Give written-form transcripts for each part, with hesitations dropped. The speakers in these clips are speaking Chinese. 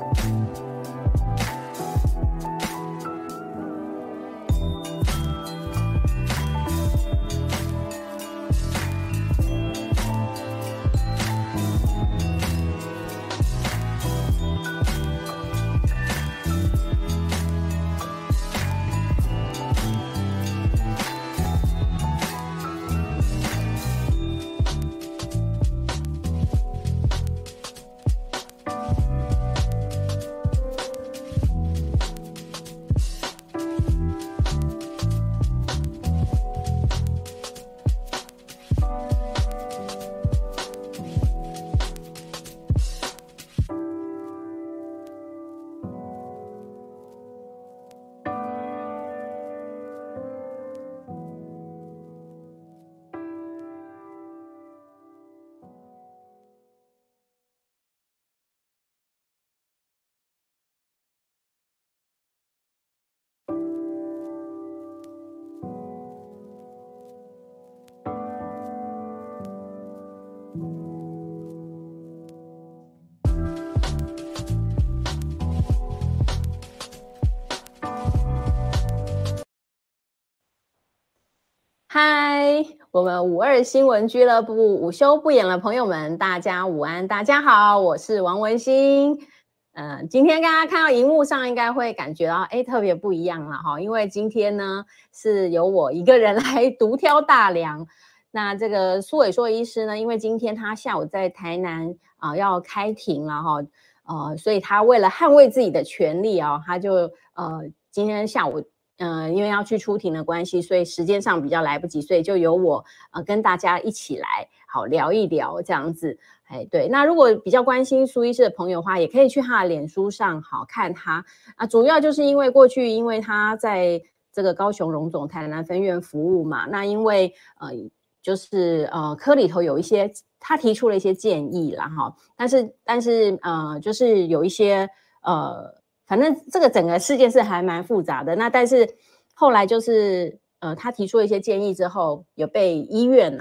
嗨，我们52新闻俱乐部午休不演了，朋友们，大家午安，大家好，我是王文馨。今天大家看到荧幕上应该会感觉到，特别不一样了哈，因为今天呢是由我一个人来独挑大梁。那这个苏伟硕医师呢，因为今天他下午在台南要开庭了哈，所以他为了捍卫自己的权利他就今天下午。因为要去出庭的关系，所以时间上比较来不及，所以就由我跟大家一起来好聊一聊这样子。对，那如果比较关心苏医师的朋友的话，也可以去他的脸书上好看他主要就是因为过去因为他在这个高雄荣总台南分院服务嘛，那因为就是科里头有一些他提出了一些建议啦哈，但是就是有一些反正这个整个事件是还蛮复杂的，那但是后来就是他提出了一些建议之后，有被医院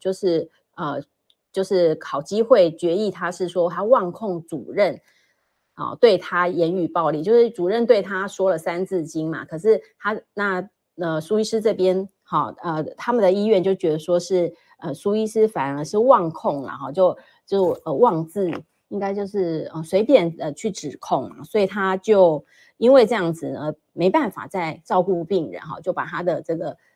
就是考基会决议，他是说他妄控主任对他言语暴力，就是主任对他说了三字经嘛，可是他苏医师这边他们的医院就觉得说是苏医师反而是妄控了就妄字。应该就是随便去指控，所以他就因为这样子呢，没办法再照顾病人就把他的这个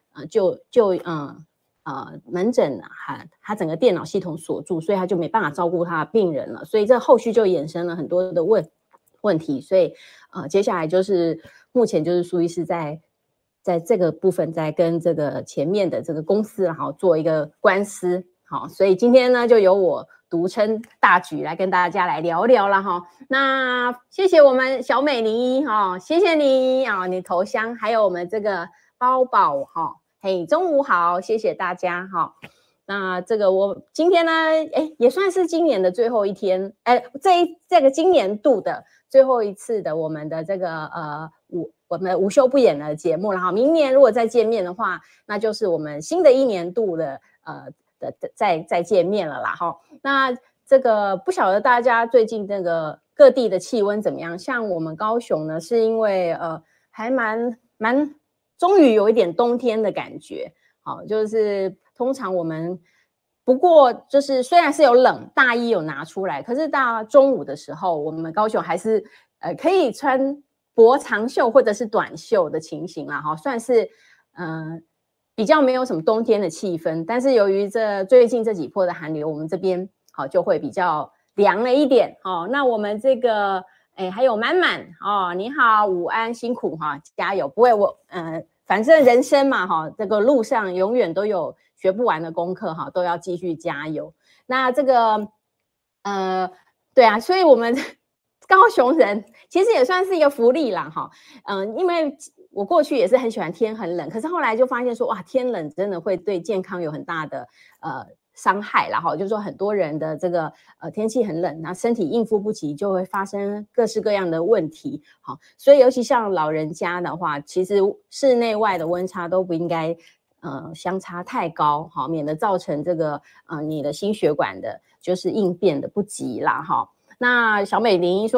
门诊他整个电脑系统锁住，所以他就没办法照顾他的病人了，所以这后续就衍生了很多的问题，所以接下来就是目前就是苏医师在这个部分在跟这个前面的这个公司做一个官司所以今天呢就由我独撑大局来跟大家来聊聊了那谢谢我们小美玲谢谢你你头香，还有我们这个包宝嘿，中午好，谢谢大家那这个我今天呢也算是今年的最后一天这个今年度的最后一次的我们的这个我们午休不演的节目了明年如果再见面的话，那就是我们新的一年度的再见面了啦那这个不晓得大家最近这个各地的气温怎么样？像我们高雄呢，是因为还蛮终于有一点冬天的感觉就是通常我们不过就是虽然是有冷，大衣有拿出来，可是到中午的时候，我们高雄还是可以穿薄长袖或者是短袖的情形啦算是比较没有什么冬天的气氛，但是由于最近这几波的寒流，我们这边就会比较凉了一点那我们这个还有满满你好，午安，辛苦加油，不会反正人生嘛这个路上永远都有学不完的功课都要继续加油。那这个对啊，所以我们高雄人其实也算是一个福利啦因为我过去也是很喜欢天很冷，可是后来就发现说哇，天冷真的会对健康有很大的伤害啦就是说很多人的这个天气很冷，那身体应付不及，就会发生各式各样的问题所以尤其像老人家的话，其实室内外的温差都不应该相差太高免得造成这个你的心血管的就是应变的不及啦那小美玲说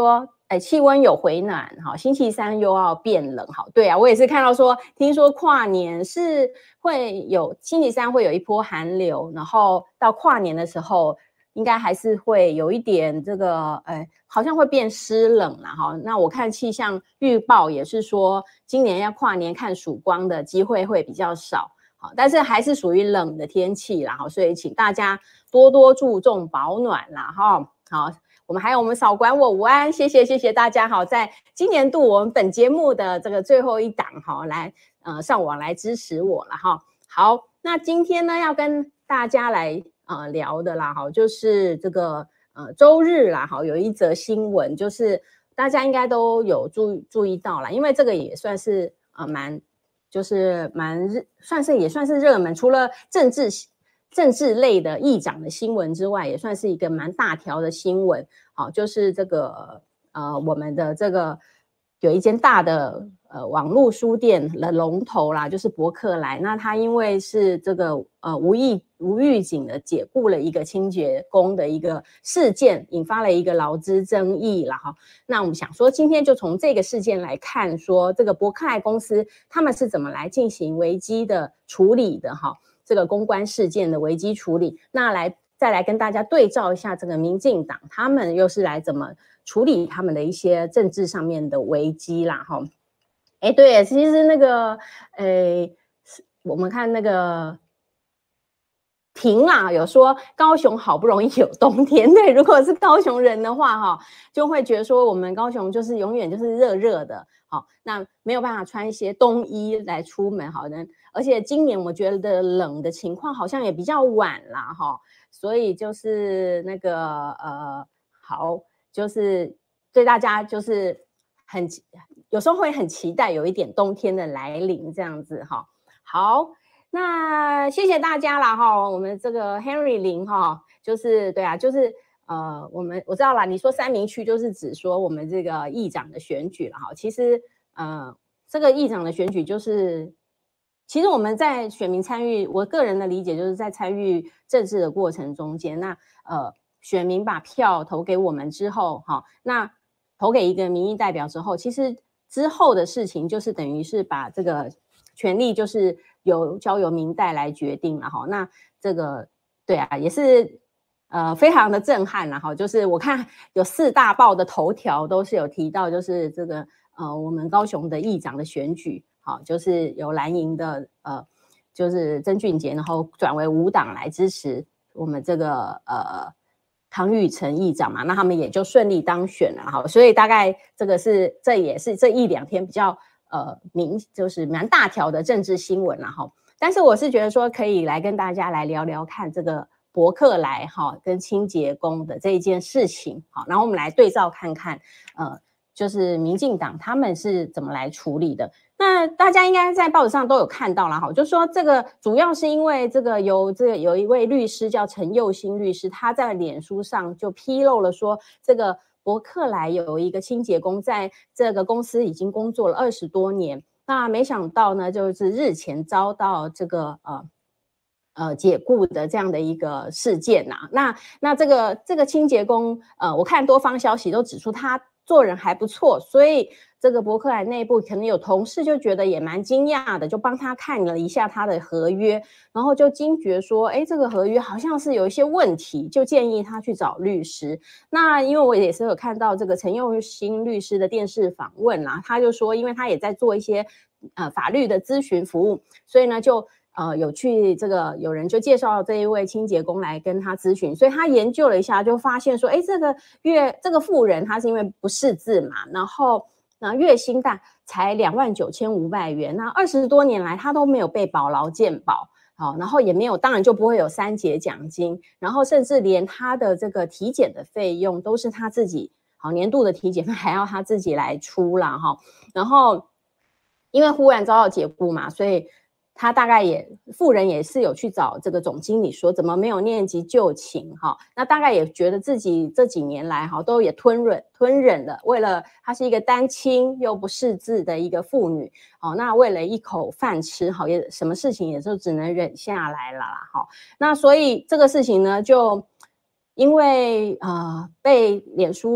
气温有回暖，好，星期三又要变冷，好，对啊，我也是看到说，听说跨年是会有星期三会有一波寒流，然后到跨年的时候，应该还是会有一点这个，好像会变湿冷啦，哈。那我看气象预报也是说，今年要跨年看曙光的机会会比较少，好，但是还是属于冷的天气啦，哈，所以请大家多多注重保暖啦，哈，好。我们少管我午安，谢谢大家好，在今年度我们本节目的这个最后一档哈，来上网来支持我了哈。好，那今天呢要跟大家来聊的啦哈，就是这个周日啦哈，有一则新闻，就是大家应该都有注意到啦，因为这个也算是也算是热门，除了政治类的议长的新闻之外，也算是一个蛮大条的新闻。好，就是这个我们的这个有一间大的网络书店的龙头啦，就是博客来。那它因为是这个无预警的解雇了一个清洁工的一个事件，引发了一个劳资争议啦哈。那我们想说，今天就从这个事件来看，说这个博客来公司他们是怎么来进行危机的处理的哈。这个公关事件的危机处理，那再来跟大家对照一下这个民进党他们又是来怎么处理他们的一些政治上面的危机啦哈。对，其实那个我们看那个婷啦有说高雄好不容易有冬天，对，如果是高雄人的话哈，就会觉得说我们高雄就是永远就是热热的，好，那没有办法穿一些冬衣来出门，好的。而且今年我觉得冷的情况好像也比较晚啦哈，所以就是那个好，就是对大家就是有时候会很期待有一点冬天的来临这样子哈。好，那谢谢大家啦哈，我们这个 Henry 林哈，就是对啊，就是我知道啦，你说三民区就是指说我们这个议长的选举了哈，其实这个议长的选举就是。其实我们在选民参与，我个人的理解就是在参与政治的过程中间，那选民把票投给我们之后，哈，那投给一个民意代表之后，其实之后的事情就是等于是把这个权力就是交由民代来决定了哈。那这个对啊，也是非常的震撼啦哈。就是我看有4大报的头条都是有提到，就是这个我们高雄的议长的选举。好，就是由蓝营的就是曾俊杰，然后转为无党来支持我们这个汤玉成议长嘛，那他们也就顺利当选了哈。所以大概这也是这1-2天比较就是蛮大条的政治新闻啦哈。但是我是觉得说可以来跟大家来聊聊看这个博客来哈跟清洁工的这一件事情，好，然后我们来对照看看就是民进党他们是怎么来处理的。那大家应该在报纸上都有看到啦，哈，就说这个主要是因为有一位律师叫陈佑兴律师，他在脸书上就披露了说，这个博客来有一个清洁工在这个公司已经工作了20多年，那没想到呢，就是日前遭到这个解雇的这样的一个事件呐。那这个清洁工，我看多方消息都指出他做人还不错，所以这个博客来内部可能有同事就觉得也蛮惊讶的，就帮他看了一下他的合约，然后就惊觉说，这个合约好像是有一些问题，就建议他去找律师。那因为我也是有看到这个陈佑兴律师的电视访问啦，他就说，因为他也在做一些法律的咨询服务，所以呢就有去有人就介绍这一位清洁工来跟他咨询，所以他研究了一下，就发现说，这个妇人他是因为不识字嘛，然后月薪才29500元，那20多年来他都没有被保劳健保，好，然后也没有，当然就不会有3节奖金，然后甚至连他的这个体检的费用都是他自己，好，年度的体检费还要他自己来出啦哈，然后因为忽然遭到解雇嘛，所以他大概妇人也是有去找这个总经理说怎么没有念及旧情哈，那大概也觉得自己这几年来哈都也吞忍了，为了她是一个单亲又不识字的一个妇女，那为了一口饭吃哈，也什么事情也就只能忍下来了啦哈。那所以这个事情呢，就因为被脸书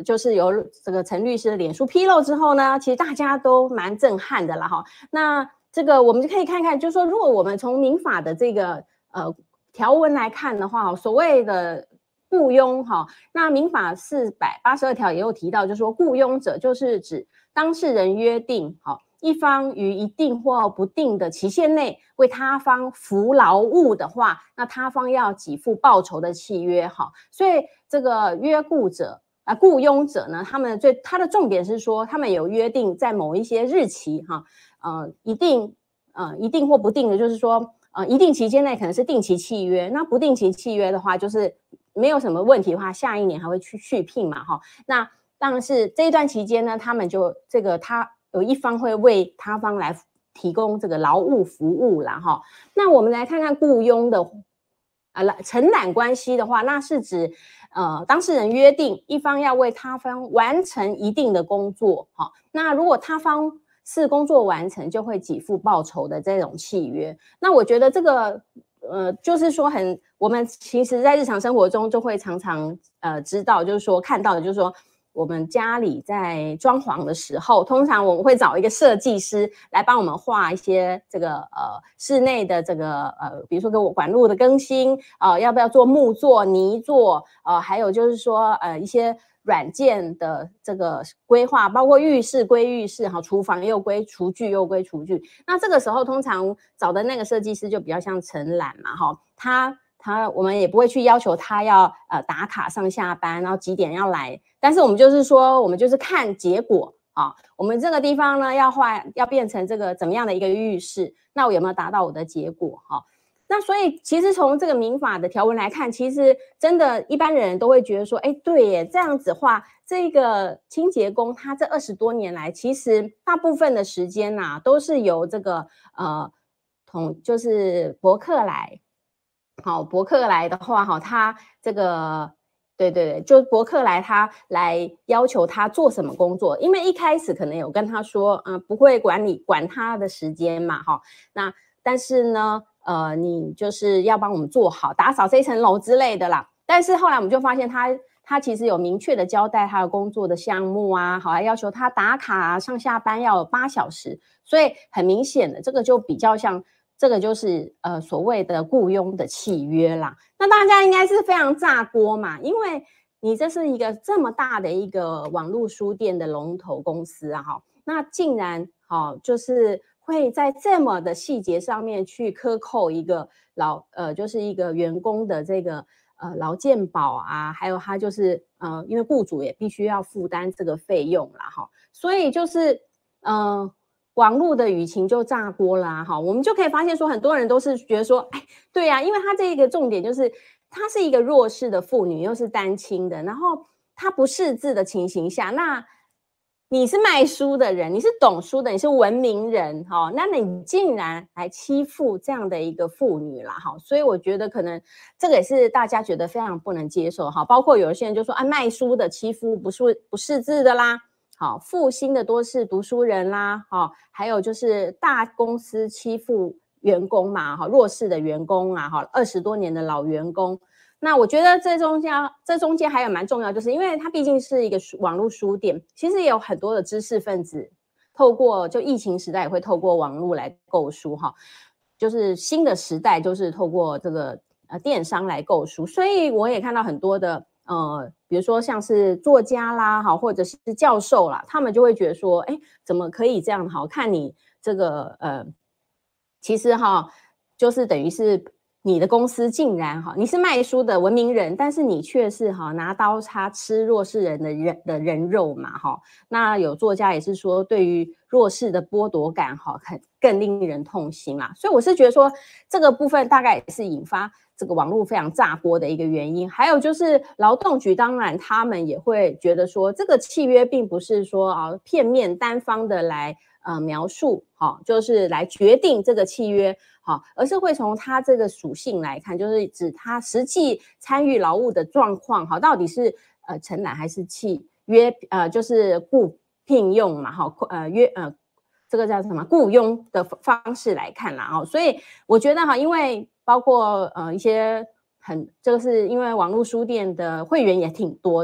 就是由这个陈律师的脸书披露之后呢，其实大家都蛮震撼的啦哈。那这个我们就可以看看，就是说，如果我们从民法的这个条文来看的话，所谓的雇佣哈，那民法482条也有提到，就是说雇佣者就是指当事人约定哈，一方于一定或不定的期限内为他方服劳务的话，那他方要给付报酬的契约哈。所以这个约雇者雇佣者呢，他的重点是说，他们有约定在某一些日期哈，一定或不定的，就是说一定期间内可能是定期契约，那不定期契约的话，就是没有什么问题的话，下一年还会去续聘嘛哈。那当然是这一段期间呢，他们就他有一方会为他方来提供这个劳务服务啦哈。那我们来看看雇佣的承揽关系的话，那是指当事人约定一方要为他方完成一定的工作哈。那如果他方是工作完成就会给付报酬的这种契约，那我觉得这个就是说我们其实在日常生活中就会常常知道，就是说看到的，就是说我们家里在装潢的时候，通常我们会找一个设计师来帮我们画一些这个室内的这个比如说给我管路的更新要不要做木作、泥作还有就是说一些软件的这个规划，包括浴室归浴室哈，厨房又归厨具又归厨具。那这个时候通常找的那个设计师就比较像承揽嘛哈，我们也不会去要求他要打卡上下班，然后几点要来，但是我们就是说，我们就是看结果我们这个地方呢要变成这个怎么样的一个浴室，那我有没有达到我的结果那所以其实从这个民法的条文来看，其实真的一般人都会觉得说，对耶，这样子的话，这个清洁工他这20多年来，其实大部分的时间都是由这个就是伯克莱。好，伯克莱的话他这个对，就伯克莱他来要求他做什么工作，因为一开始可能有跟他说不会管他的时间嘛那但是呢你就是要帮我们做好打扫这一层楼之类的啦。但是后来我们就发现他其实有明确的交代他的工作的项目还要求他打卡上下班要有8小时，所以很明显的这个就比较像这个就是所谓的雇佣的契约啦。那大家应该是非常炸锅嘛，因为你这是一个这么大的一个网络书店的龙头公司那竟然就是会在这么的细节上面去克扣一个就是一个员工的这个劳健保还有他就是因为雇主也必须要负担这个费用啦所以就是网络的舆情就炸锅啦我们就可以发现说，很多人都是觉得说，对啊，因为他这个重点就是他是一个弱势的妇女，又是单亲的，然后他不识字的情形下，那你是卖书的人，你是懂书的，你是文明人那你竟然来欺负这样的一个妇女啦所以我觉得可能这个也是大家觉得非常不能接受包括有些人就说卖书的欺负不识字的啦复兴的多是读书人啦还有就是大公司欺负员工嘛弱势的员工20多年的老员工。那我觉得这中间还有蛮重要，就是因为它毕竟是一个网络书店，其实也有很多的知识分子透过就疫情时代也会透过网络来购书就是新的时代就是透过这个电商来购书，所以我也看到很多的比如说像是作家啦或者是教授啦，他们就会觉得说怎么可以这样看你这个其实就是等于是你的公司竟然你是卖书的文明人，但是你却是拿刀叉吃弱势人的人肉嘛那有作家也是说，对于弱势的剥夺感更令人痛心啦。所以我是觉得说，这个部分大概也是引发这个网络非常炸锅的一个原因。还有就是劳动局当然他们也会觉得说，这个契约并不是说片面单方的来描述就是来决定这个契约而是会从他这个属性来看，就是指他实际参与劳务的状况到底是承揽还是契约就是聘用嘛这个叫什么雇佣的方式来看啦所以我觉得因为包括一些这个是因为网络书店的会员也挺多的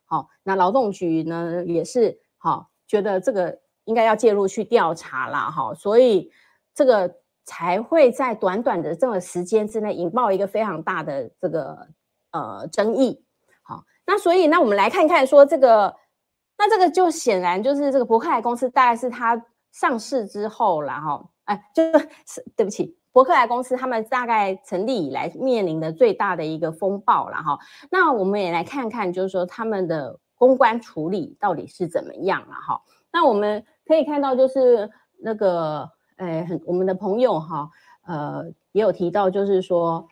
好，那劳动局呢也是好，觉得这个应该要介入去调查啦，哈，所以这个才会在短短的这个时间之内引爆一个非常大的这个争议。好，那所以那我们来看看说这个，那这个就显然就是这个伯克莱公司大概是它上市之后啦，哈，就是对不起。伯克莱公司他们大概成立以来面临的最大的一个风暴啦，哈。那我们也来看看，就是说他们的公关处理到底是怎么样啦，哈。那我们可以看到，就是那个，我们的朋友哈，也有提到，就是说，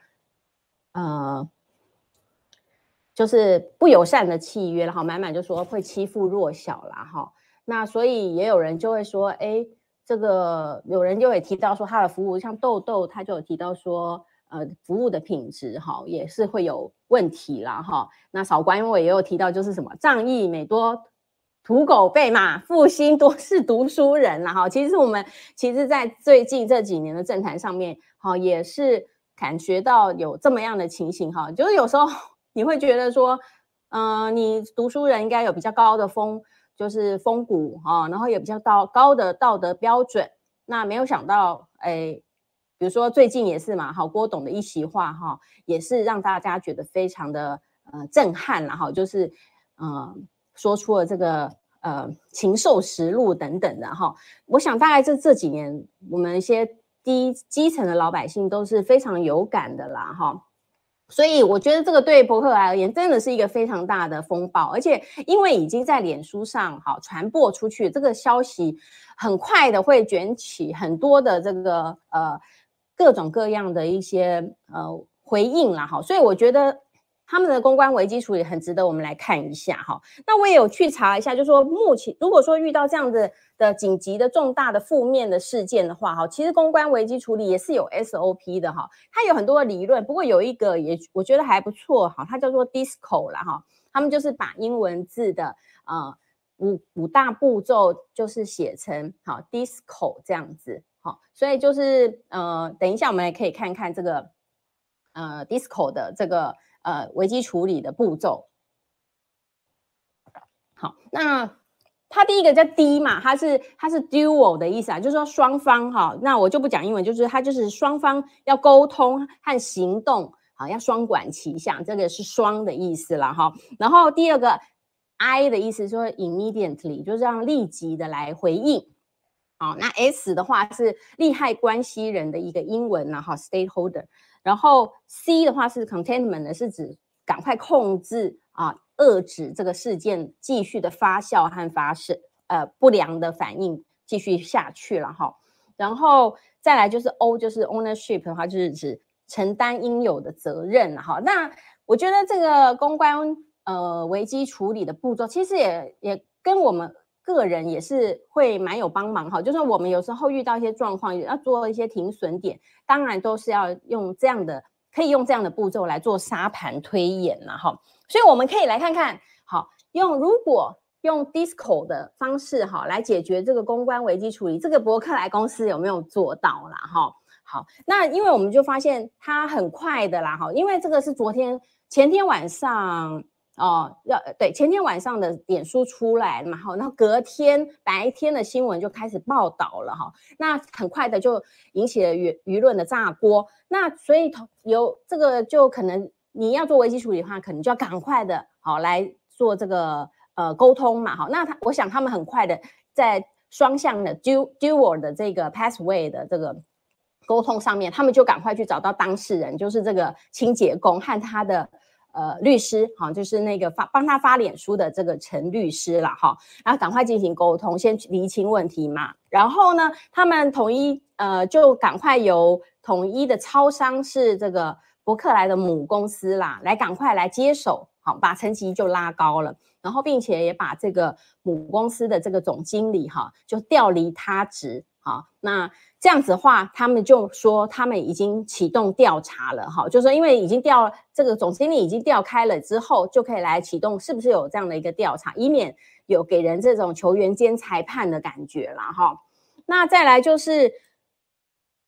就是不友善的契约了哈，满满就说会欺负弱小啦哈。那所以也有人就会说，这个有人就会提到说他的服务，像豆豆他就有提到说，服务的品质哈也是会有问题啦哈。那少管委也有提到，就是什么仗义每多土狗被骂，负心多是读书人啦哈。其实我们在最近这几年的政坛上面，哈也是感觉到有这么样的情形哈，就是有时候你会觉得说，你读书人应该有比较高的就是风骨啊，然后也比较高的道德标准。那没有想到，比如说最近也是嘛，好，郭董的一席话哈，也是让大家觉得非常的震撼啦哈，就是说出了这个禽兽食禄等等的哈。我想大概这几年我们一些基层的老百姓都是非常有感的啦哈。所以我觉得这个对伯克莱而言真的是一个非常大的风暴，而且因为已经在脸书上好传播出去，这个消息很快的会卷起很多的这个各种各样的一些回应啦哈，所以我觉得他们的公关危机处理很值得我们来看一下哈。那我也有去查一下，就是说目前如果说遇到这样的紧急的重大的负面的事件的话哈，其实公关危机处理也是有 SOP 的哈，它有很多的理论，不过有一个也我觉得还不错哈，它叫做 DISCO 啦哈，他们就是把英文字的五大步骤就是写成好 DISCO 这样子好，所以就是等一下我们也可以看看这个DISCO 的这个危机处理的步骤。好，那它第一个叫 D 嘛，它是 dual 的意思啊，就是说双方哈，那我就不讲英文，就是它就是双方要沟通和行动，好，要双管齐下，这个是双的意思啦哈。然后第二个 I 的意思说 immediately， 就是让立即的来回应。好，那 S 的话是利害关系人的一个英文啦哈 ，stakeholder。然后 C 的话是 containment 的，是指赶快控制啊，遏制这个事件继续的发酵和发生，不良的反应继续下去了哈。然后再来就是 O， 就是 ownership 的话，就是指承担应有的责任哈。那我觉得这个公关危机处理的步骤，其实也跟我们个人也是会蛮有帮忙哈，就是我们有时候遇到一些状况，要做一些停损点，当然都是要用这样的，可以用这样的步骤来做沙盘推演啦哈。所以我们可以来看看，好，如果用 DISCO 的方式哈来解决这个公关危机处理，这个伯克莱公司有没有做到啦哈？好，那因为我们就发现它很快的啦哈，因为这个是前天晚上。前天晚上的脸书出来嘛，然后隔天白天的新闻就开始报道了哈，那很快的就引起了舆论的炸锅，那所以有这个就可能你要做危机处理的话，可能就要赶快的来做这个沟通嘛，好，那我想他们很快的在双向的 dual 的这个 pathway 的这个沟通上面，他们就赶快去找到当事人，就是这个清洁工和他的。律师哈，就是那个帮他发脸书的这个陈律师啦哈，然后赶快进行沟通，先厘清问题嘛。然后呢，他们就赶快由统一的超商是这个伯克莱的母公司啦，来赶快来接手，好，把层级就拉高了。然后并且也把这个母公司的这个总经理哈，就调离他职。好，那这样子的话，他们就说他们已经启动调查了哈，就是说因为已经这个总经理已经调开了之后，就可以来启动是不是有这样的一个调查，以免有给人这种球员兼裁判的感觉啦哈。那再来就是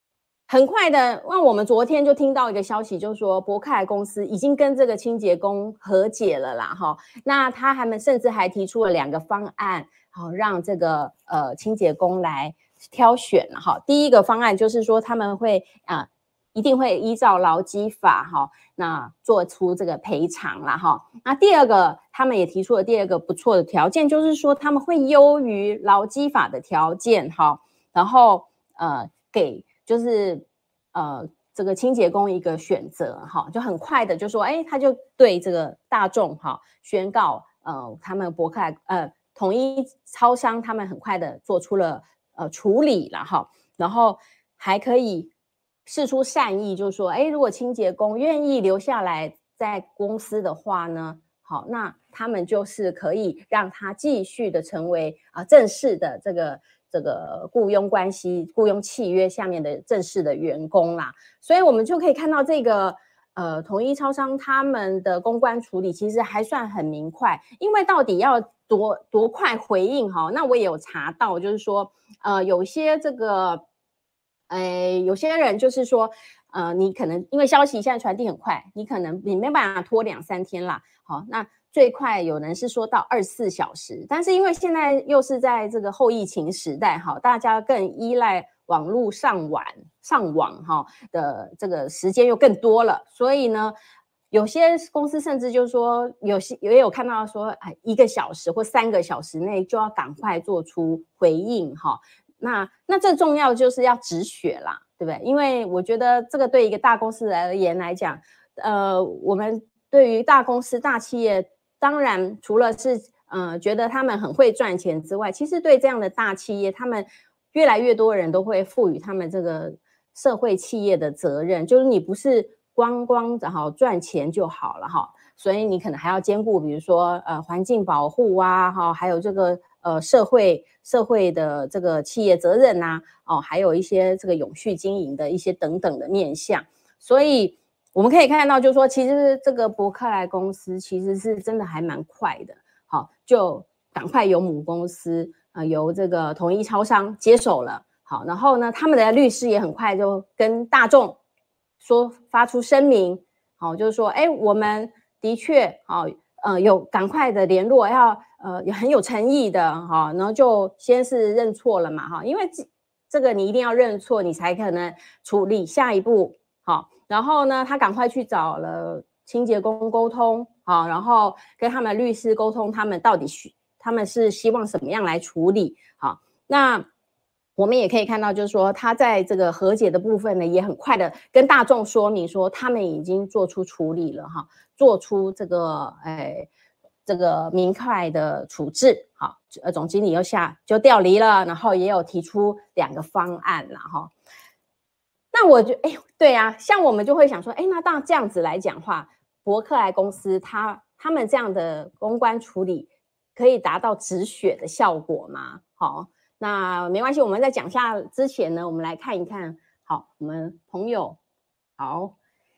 很快的，那我们昨天就听到一个消息，就是说伯克莱公司已经跟这个清洁工和解了啦，哈。那他们甚至还提出了2个方案，好让这个清洁工来挑选哈。第一个方案就是说他们会一定会依照劳基法哈，那做出这个赔偿啦哈。那第二个，他们也提出了第二个不错的条件，就是说他们会优于劳基法的条件哈，然后给就是这个清洁工一个选择哈，就很快的就说，他就对这个大众哈宣告，他们伯克莱统一超商他们很快的做出了处理了哈，然后还可以释出善意，就是说，如果清洁工愿意留下来在公司的话呢，好，那他们就是可以让他继续的成为正式的这个雇佣关系、雇佣契约下面的正式的员工啦。所以我们就可以看到这个统一超商他们的公关处理其实还算很明快，因为到底要多快回应哈？那我也有查到，就是说有些这个有些人就是说你可能因为消息现在传递很快，你没办法拖2-3天啦，好，那最快有人是说到24小时，但是因为现在又是在这个后疫情时代哈，大家更依赖网络上网哈的这个时间又更多了，所以呢，有些公司甚至就是说也有看到说1个小时或3个小时内就要赶快做出回应哈。那最重要就是要止血啦，对不对？因为我觉得这个对一个大公司而言来讲，我们对于大公司大企业，当然除了是觉得他们很会赚钱之外，其实对这样的大企业，他们越来越多人都会赋予他们这个社会企业的责任，就是你不是光赚钱就好了哈，所以你可能还要兼顾，比如说环境保护啊，哈，还有这个社会的这个企业责任呐，还有一些这个永续经营的一些等等的面向，所以我们可以看到，就是说，其实这个伯克莱公司其实是真的还蛮快的，好，就赶快由母公司由这个统一超商接手了，好，然后呢，他们的律师也很快就跟大众发出声明，好，就是说，我们的确有赶快的联络，也很有诚意的哈，然后就先是认错了嘛哈，因为这个你一定要认错，你才可能处理下一步好。然后呢，他赶快去找了清洁工沟通好，然后跟他们律师沟通，他们是希望什么样来处理好。那我们也可以看到，就是说他在这个和解的部分呢，也很快的跟大众说明说，他们已经做出处理了哈，做出这个明快的处置，好，总经理就调离了，然后也有提出2个方案啦哈。那我觉得，对啊，像我们就会想说，那当然这样子来讲话，伯克莱公司他们这样的公关处理可以达到止血的效果吗？好，那没关系，我们在讲下之前呢，我们来看一看，好，我们朋友，好，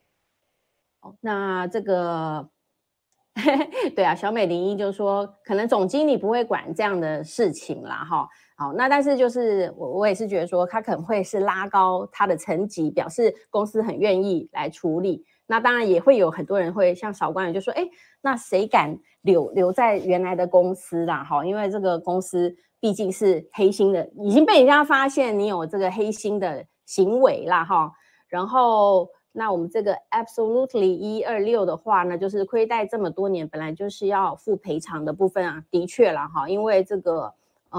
那这个。对啊，小美01就说，可能总经理不会管这样的事情啦，哈。好，那但是就是我也是觉得说，他可能会是拉高他的层级，表示公司很愿意来处理。那当然也会有很多人会像韶关人就说，那谁敢留在原来的公司啦？哈，因为这个公司毕竟是黑心的，已经被人家发现你有这个黑心的行为啦，哈。然后。那我们这个 absolutely 126的话呢，就是亏待这么多年，本来就是要付赔偿的部分啊，的确啦哈，因为这个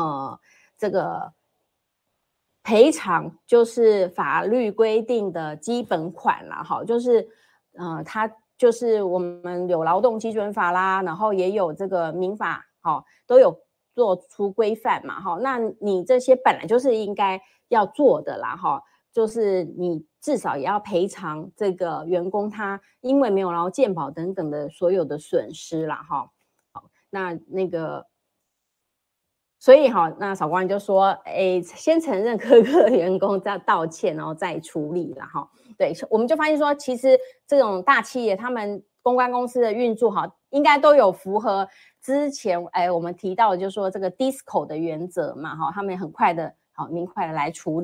赔偿就是法律规定的基本款啦哈，就是它就是我们有劳动基准法啦，然后也有这个民法哈，都有做出规范嘛哈，那你这些本来就是应该要做的啦哈。就是你至少也要赔偿这个员工他因为没有劳健保等等的所有的损失啦哈。好，那个，所以哈，那韶光就说，先承认各个员工再道歉，然后再处理啦哈。对，我们就发现说，其实这种大企业他们公关公司的运作哈，应该都有符合之前我们提到的，就是说这个 DISCO 的原则嘛哈，他们很快的明快的来处理。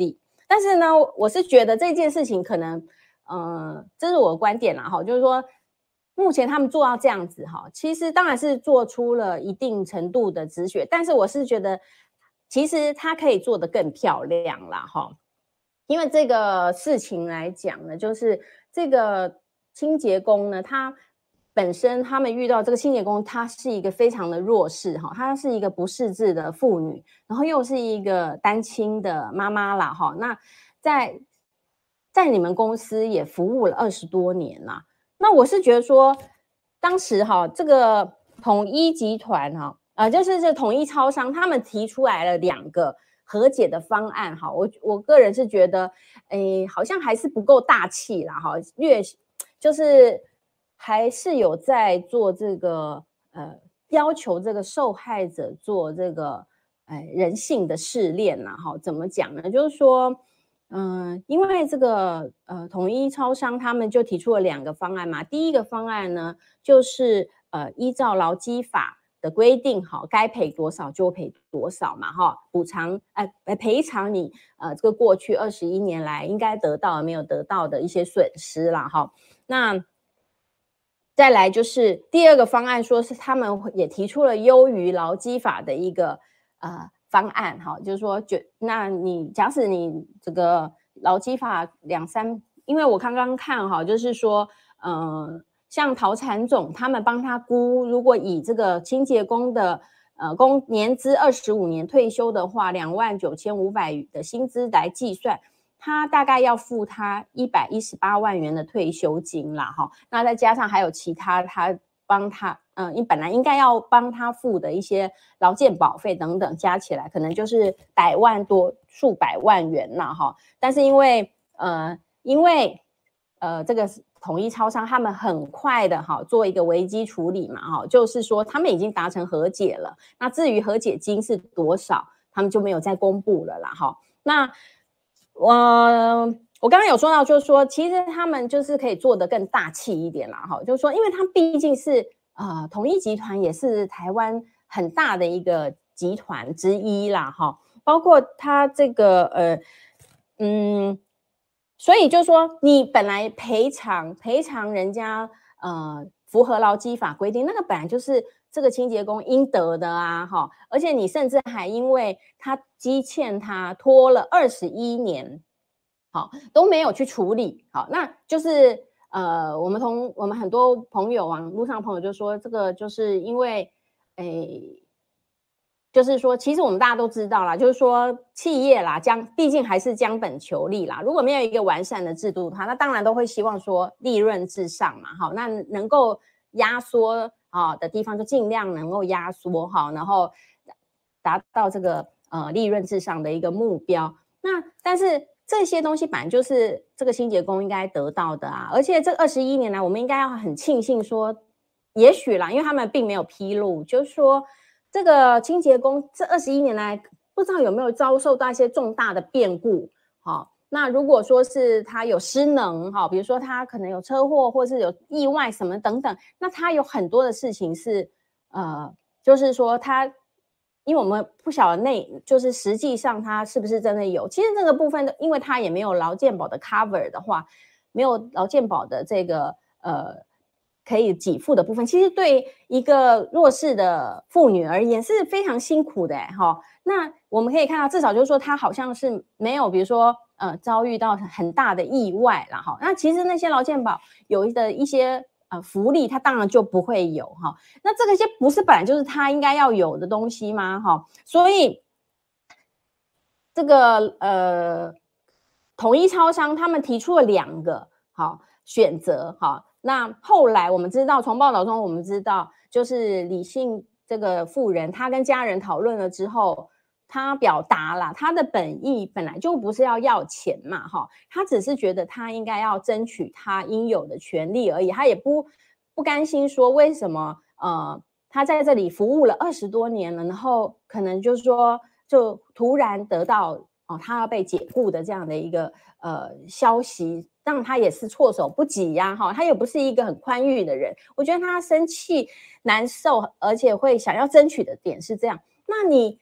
但是呢，我是觉得这件事情可能，这是我的观点啦哈，就是说，目前他们做到这样子哈，其实当然是做出了一定程度的止血，但是我是觉得，其实它可以做得更漂亮啦哈。因为这个事情来讲呢，就是这个清洁工呢，他本身他们遇到这个清洁工，她是一个非常的弱势哈，她是一个不识字的妇女，然后又是一个单亲的妈妈啦哈。那在你们公司也服务了20多年啦，那我是觉得说，当时哈这个统一集团哈，就是这统一超商，他们提出来了2个和解的方案哈，我个人是觉得，好像还是不够大气啦哈，就是还是有在做这个要求这个受害者做这个人性的试炼啦哈，怎么讲呢？就是说。因为这个统一超商他们就提出了2个方案嘛。第一个方案呢，就是依照劳基法的规定，哈，该赔多少就赔多少嘛，哈，补偿赔偿你这个过去21年来应该得到没有得到的一些损失啦，哈。那再来就是第2个方案，说是他们也提出了优于劳基法的一个方案哈，就是说，那你假使你这个劳基法2、3，因为我刚刚看哈，就是说，像陶产总他们帮他估，如果以这个清洁工的年资25年退休的话，29,500的薪资来计算，他大概要付他118万元的退休金啦哈，那再加上还有其他他帮他。你本来应该要帮他付的一些劳健保费等等，加起来可能就是100万多、数百万元啦哈。但是因为这个统一超商他们很快的哈做一个危机处理嘛哈，就是说他们已经达成和解了。那至于和解金是多少，他们就没有再公布了啦哈。那我刚刚有说到，就是说其实他们就是可以做得更大气一点啦哈，就是说因为他毕竟是。统一集团也是台湾很大的一个集团之一啦，哈，包括它这个所以就是说你本来赔偿人家符合劳基法规定，那个本来就是这个清洁工应得的啊，哈，而且你甚至还因为他积欠他拖了21年，好都没有去处理，好，那就是。我们很多朋友网络上朋友就说，这个就是因为，就是说，其实我们大家都知道啦，就是说企业啦，毕竟还是将本求利啦。如果没有一个完善的制度的话，那当然都会希望说利润至上嘛，好，那能够压缩的地方就尽量能够压缩哈，然后达到这个利润至上的一个目标。那但是。这些东西本来就是这个清洁工应该得到的啊，而且这21年来，我们应该要很庆幸说，也许啦，因为他们并没有披露，就是说这个清洁工这21年来，不知道有没有遭受到一些重大的变故，好，那如果说是他有失能，哈，比如说他可能有车祸或是有意外什么等等，那他有很多的事情是，就是说他。因为我们不晓得就是实际上他是不是真的有，其实这个部分，因为他也没有劳健保的 cover 的话，没有劳健保的这个可以给付的部分，其实对一个弱势的妇女而言是非常辛苦的哈。那我们可以看到，至少就是说他好像是没有，比如说遭遇到很大的意外啦哈。那其实那些劳健保有的一些。福利它当然就不会有哈，那这个些不是本来就是他应该要有的东西吗？哈，所以这个统一超商他们提出了2个好选择哈，那后来我们知道从报道中我们知道，就是李姓这个妇人她跟家人讨论了之后。他表达了他的本意本来就不是要钱嘛，哈，他只是觉得他应该要争取他应有的权利而已，他也不甘心说为什么他在这里服务了20多年了，然后可能就是说就突然得到他要被解雇的这样的一个消息，让他也是措手不及呀，哈，他也不是一个很宽裕的人，我觉得他生气难受，而且会想要争取的点是这样，那你。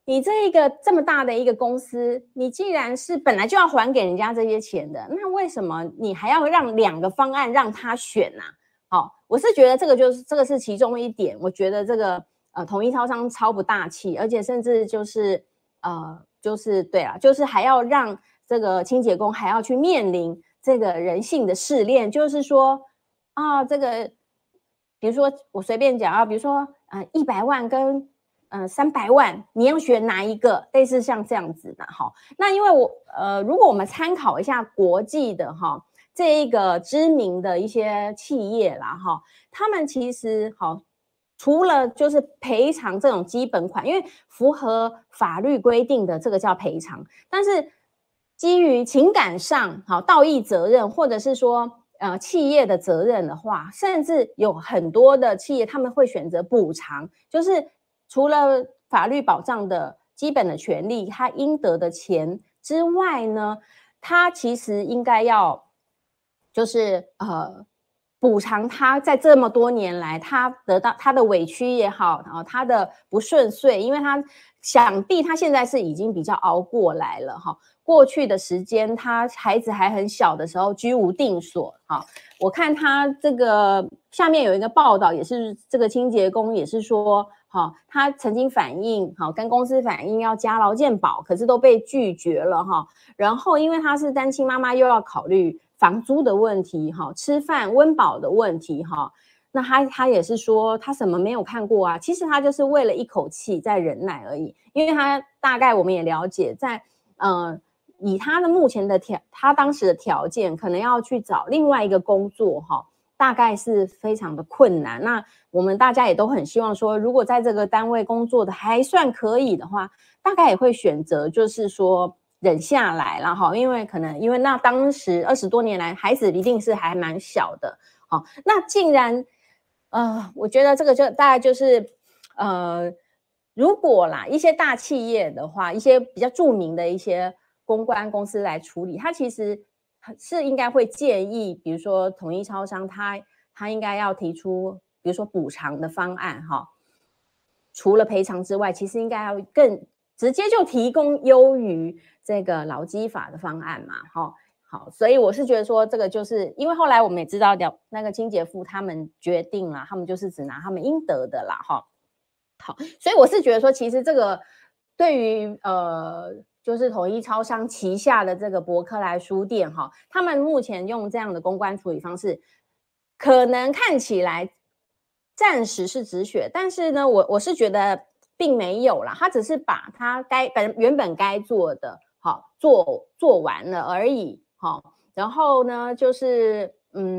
你这一个这么大的一个公司，你既然是本来就要还给人家这些钱的，那为什么你还要让2个方案让他选啊？我是觉得这个是其中一点，我觉得这个统一超商超不大气，而且甚至就是对啦，就是还要让这个清洁工还要去面临这个人性的试炼，就是说这个比如说我随便讲啊，比如说100万跟300万，你要选哪一个？类似像这样子的哈。那因为如果我们参考一下国际的哈。这一个知名的一些企业啦，他们其实除了就是赔偿这种基本款，因为符合法律规定的这个叫赔偿，但是基于情感上道义责任，或者是说企业的责任的话，甚至有很多的企业他们会选择补偿，就是除了法律保障的基本的权利，他应得的钱之外呢，他其实应该要就是补偿他在这么多年来他得到他的委屈也好，然后他的不顺遂，因为他想必他现在是已经比较熬过来了哈。过去的时间，他孩子还很小的时候居无定所哈。我看他这个下面有一个报道，也是这个清洁工也是说，他曾经反映跟公司反映要加劳健保，可是都被拒绝了哈。然后因为他是单亲妈妈，又要考虑房租的问题吃饭温饱的问题那他也是说他什么没有看过啊，其实他就是为了一口气在忍耐而已，因为他大概我们也了解，在以他的目前的他当时的条件，可能要去找另外一个工作大概是非常的困难。那我们大家也都很希望说，如果在这个单位工作的还算可以的话，大概也会选择就是说忍下来了因为那当时20多年来孩子一定是还蛮小的那竟然我觉得这个就大概就是如果啦一些大企业的话，一些比较著名的一些公关公司来处理，它其实是应该会建议，比如说统一超商它应该要提出比如说补偿的方案除了赔偿之外，其实应该要更直接就提供优于这个劳基法的方案嘛好，所以我是觉得说这个就是因为后来我们也知道那个清洁妇他们决定了，他们就是只拿他们应得的啦好，所以我是觉得说其实这个对于就是统一超商旗下的这个博客来书店他们目前用这样的公关处理方式，可能看起来暂时是止血，但是呢我是觉得并没有啦，他只是把他原本该做的做完了而已然后呢就是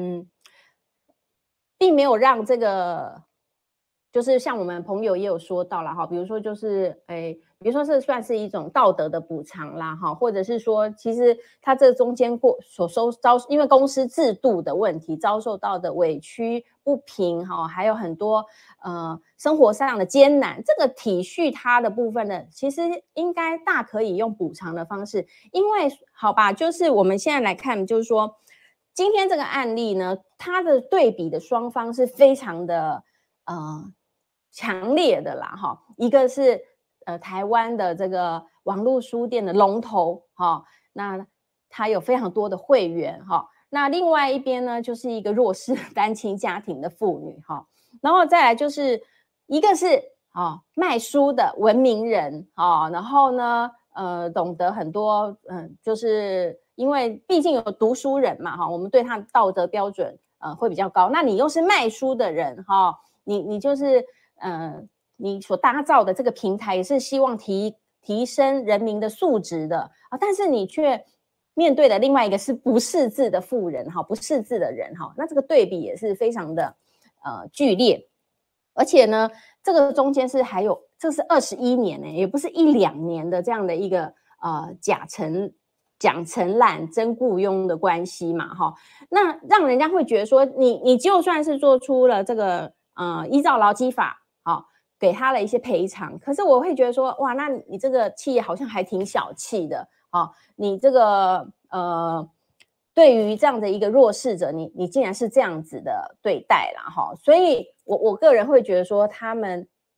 并没有让这个就是像我们朋友也有说到了比如说就是比如说是算是一种道德的补偿啦或者是说其实他这中间因为公司制度的问题遭受到的委屈不平还有很多生活上的艰难，这个体恤他的部分呢，其实应该大可以用补偿的方式，因为好吧，就是我们现在来看，就是说今天这个案例呢，它的对比的双方是非常的强烈的啦一个是台湾的这个网络书店的龙头那它有非常多的会员那另外一边呢就是一个弱势单亲家庭的妇女然后再来就是一个是卖书的文明人然后呢懂得很多就是因为毕竟有读书人嘛我们对他的道德标准会比较高，那你又是卖书的人你就是你所打造的这个平台也是希望提升人民的素质的但是你却面对的另外一个是不识字的妇人不识字的人那这个对比也是非常的剧烈，而且呢这个中间是还有这是21年也不是1-2年的这样的一个假承揽真雇佣的关系嘛那让人家会觉得说你就算是做出了这个依照劳基法给他了一些赔偿，可是我会觉得说哇那你这个企业好像还挺小气的你这个对于这样的一个弱势者你竟然是这样子的对待啦所以我个人会觉得说他们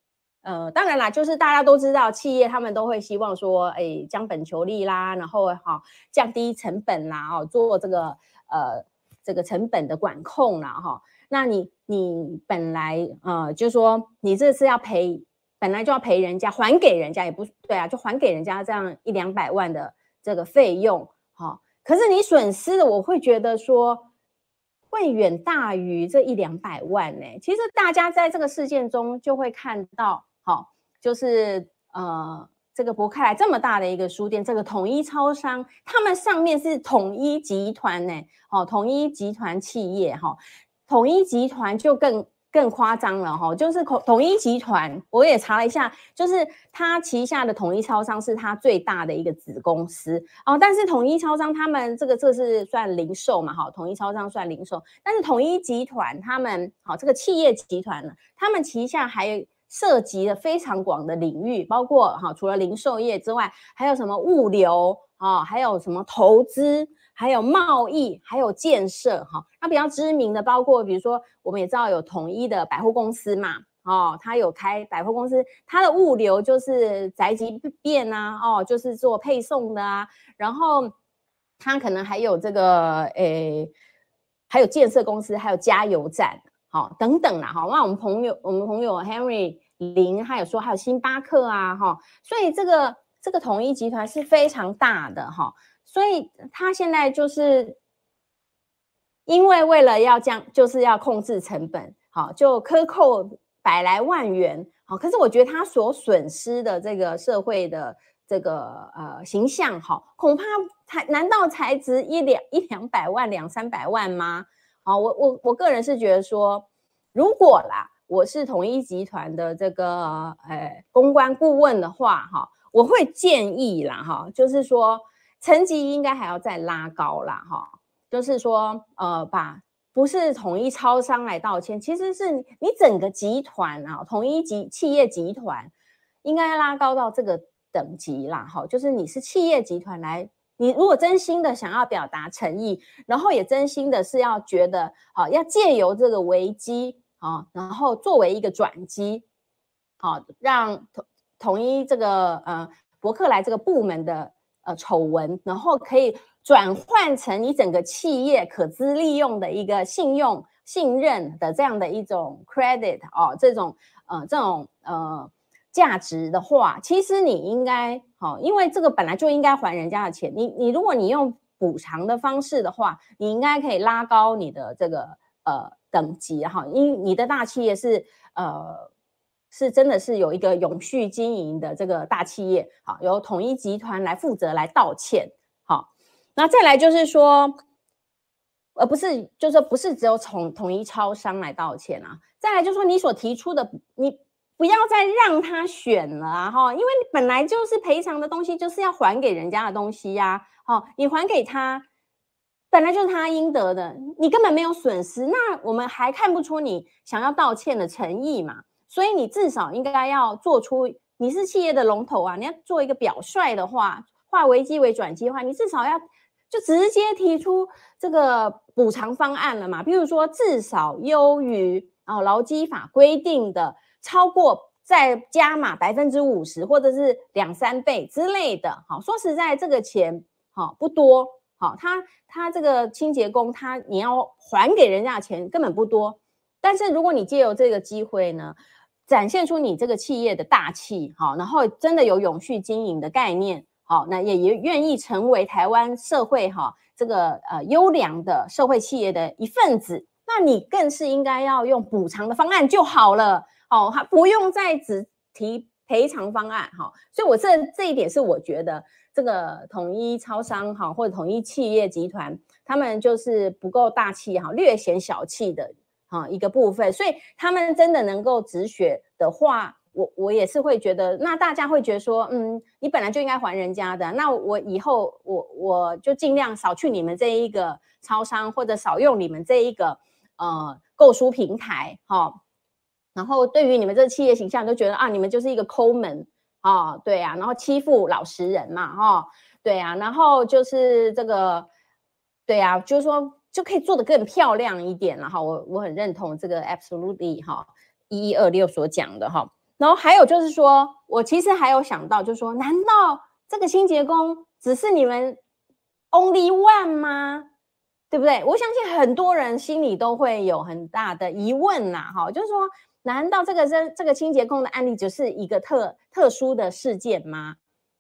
当然啦，就是大家都知道，企业他们都会希望说，哎，将本求利啦，然后降低成本啦，做这个成本的管控啦，那你本来就是说你这次要赔，本来就要赔人家，还给人家也不对啊，就还给人家这样100-200万的这个费用，可是你损失的，我会觉得说会远大于这100-200万呢。其实大家在这个事件中就会看到，就是这个博客来这么大的一个书店，这个统一超商，他们上面是统一集团呢，统一集团企业统一集团就更夸张了就是统一集团，我也查了一下，就是他旗下的统一超商是他最大的一个子公司但是统一超商他们这是算零售嘛统一超商算零售，但是统一集团他们这个企业集团呢，他们旗下还涉及了非常广的领域，包括除了零售业之外，还有什么物流还有什么投资，还有贸易，还有建设那比较知名的包括比如说我们也知道有统一的百货公司嘛他有开百货公司，他的物流就是宅急便啊就是做配送的啊，然后他可能还有这个还有建设公司，还有加油站等等啦那我们朋友 Henry 林他有说还有星巴克啊所以这个统一集团是非常大的所以他现在就是因为了要就是要控制成本就克扣100来万元可是我觉得他所损失的这个社会的这个形象恐怕难道才值100-200万200-300万吗我个人是觉得说，如果啦我是统一集团的这个公关顾问的话我会建议啦就是说层级应该还要再拉高啦就是说把不是统一超商来道歉，其实是你整个集团统一企业集团应该拉高到这个等级啦就是你是企业集团来，你如果真心的想要表达诚意，然后也真心的是要觉得要借由这个危机然后作为一个转机让统一这个博客来这个部门的丑闻，然后可以转换成你整个企业可资利用的一个信任的这样的一种 credit 这种价值的话，其实你应该因为这个本来就应该还人家的钱，你如果你用补偿的方式的话，你应该可以拉高你的这个等级因为你的大企业是真的是有一个永续经营的这个大企业由统一集团来负责来道歉那再来就是说不是就是说不是只有统一超商来道歉再来就是说你所提出的你不要再让他选了因为你本来就是赔偿的东西就是要还给人家的东西你还给他本来就是他应得的，你根本没有损失，那我们还看不出你想要道歉的诚意嘛？所以你至少应该要做出，你是企业的龙头你要做一个表率的话，化危机为转机的话，你至少要就直接提出这个补偿方案了嘛？比如说至少优于劳基法规定的超过再加码50%或者是2-3倍之类的。说实在，这个钱不多。他这个清洁工你要还给人家的钱根本不多，但是如果你借由这个机会呢，展现出你这个企业的大气然后真的有永续经营的概念那也愿意成为台湾社会这个优良的社会企业的一份子，那你更是应该要用补偿的方案就好了不用再只提赔偿方案所以我这一点是我觉得这个统一超商或者统一企业集团他们就是不够大气略显小气的一个部分，所以他们真的能够止血的话，我也是会觉得，那大家会觉得说你本来就应该还人家的，那我以后我就尽量少去你们这一个超商，或者少用你们这一个购书平台然后对于你们这个企业形象就觉得你们就是一个抠门对然后欺负老实人嘛对然后就是这个对就是说就可以做得更漂亮一点了我很认同这个 absolutely 1126所讲的然后还有就是说，我其实还有想到，就是说，难道这个清洁工只是你们 only one 吗？对不对？我相信很多人心里都会有很大的疑问呐，哈，就是说，难道这个清洁工的案例只是一个特殊的事件吗？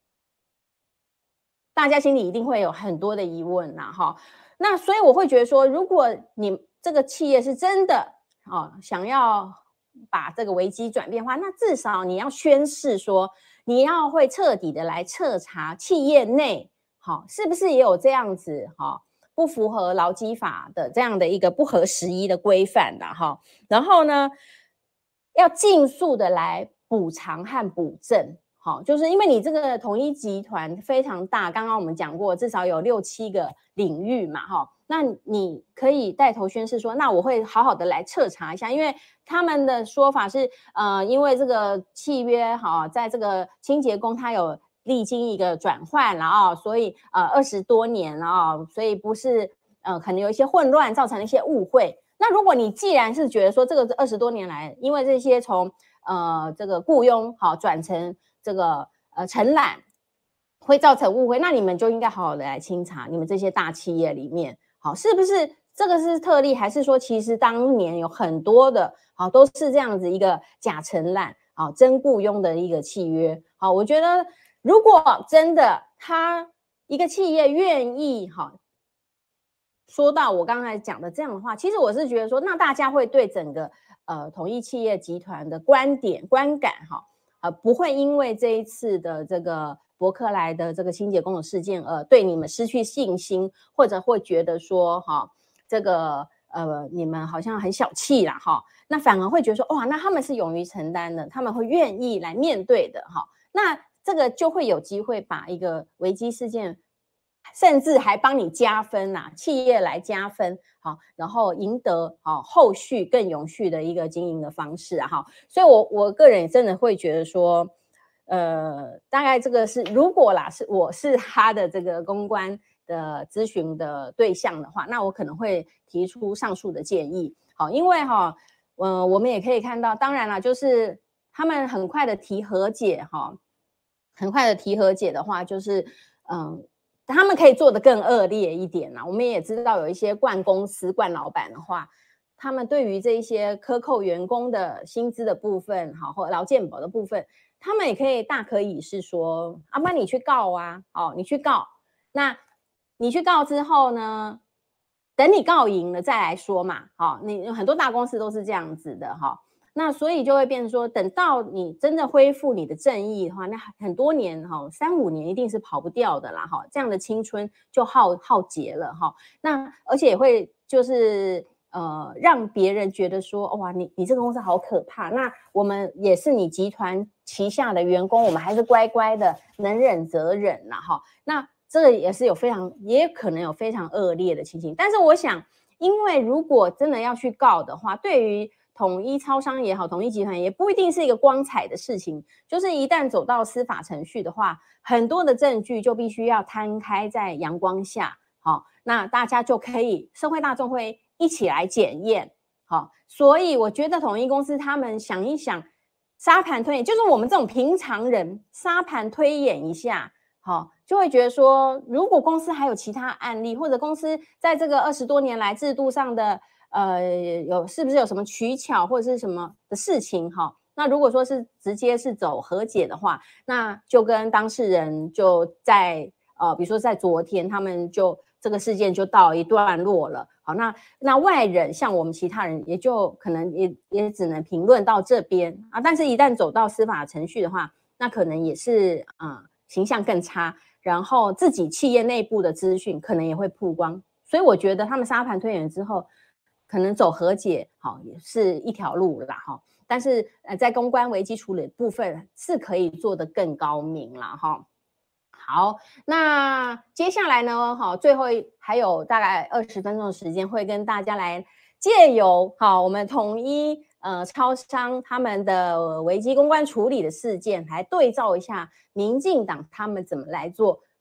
大家心里一定会有很多的疑问呐，哈。那所以我会觉得说，如果你这个企业是真的想要把这个危机转变化，那至少你要宣示说，你要会彻底的来彻查企业内，是不是也有这样子不符合劳基法的这样的一个不合时宜的规范的哈。然后呢，要尽速的来补偿和补正。好，就是因为你这个统一集团非常大，刚刚我们讲过，至少有6、7个领域嘛，哈，那你可以带头宣示说，那我会好好的来彻查一下，因为他们的说法是，因为这个契约哈，在这个清洁工他有历经一个转换了所以20多年了所以不是可能有一些混乱，造成了一些误会。那如果你既然是觉得说这个20多年来，因为这些从这个雇佣转成这个承揽会造成误会，那你们就应该好好的来清查你们这些大企业里面，是不是这个是特例，还是说其实当年有很多的都是这样子一个假承揽真雇佣的一个契约。我觉得如果真的他一个企业愿意说到我刚才讲的这样的话，其实我是觉得说，那大家会对整个统一企业集团的观感不会因为这一次的这个伯克莱的这个清洁工的事件对你们失去信心，或者会觉得说这个你们好像很小气啦那反而会觉得说哇，那他们是勇于承担的，他们会愿意来面对的那这个就会有机会把一个危机事件甚至还帮你加分企业来加分然后赢得后续更永续的一个经营的方式所以我个人也真的会觉得说大概这个是如果我是他的这个公关的咨询的对象的话，那我可能会提出上述的建议因为我们也可以看到，当然啦，就是他们很快的提和解很快的提和解的话，就是他们可以做得更恶劣一点我们也知道有一些惯公司、惯老板的话，他们对于这一些克扣员工的薪资的部分或劳健保的部分，他们也可以大可以是说不然你去告你去告，那你去告之后呢，等你告赢了再来说嘛你很多大公司都是这样子的那所以就会变成说，等到你真的恢复你的正义的话，那很多年3、5年一定是跑不掉的啦这样的青春就耗竭了那而且也会就是让别人觉得说哇，你这个公司好可怕，那我们也是你集团旗下的员工，我们还是乖乖的能忍则忍啦那这个也是也可能有非常恶劣的情形。但是我想，因为如果真的要去告的话，对于统一超商也好，统一集团也不一定是一个光彩的事情，就是一旦走到司法程序的话，很多的证据就必须要摊开在阳光下那大家就可以社会大众会一起来检验所以我觉得统一公司他们想一想，沙盘推演，就是我们这种平常人沙盘推演一下就会觉得说，如果公司还有其他案例，或者公司在这个20多年来制度上的是不是有什么取巧或者是什么的事情那如果说是直接是走和解的话，那就跟当事人就在比如说在昨天他们就这个事件就到一段落了那外人像我们其他人也就可能也只能评论到这边但是一旦走到司法程序的话，那可能也是形象更差，然后自己企业内部的资讯可能也会曝光，所以我觉得他们沙盘推演之后可能走和解也是一条路啦但是在公关危机处理的部分是可以做得更高明啦好，那接下来呢最后还有大概20分钟的时间，会跟大家来借由我们统一超商他们的危机公关处理的事件，来对照一下民进党他们怎么来做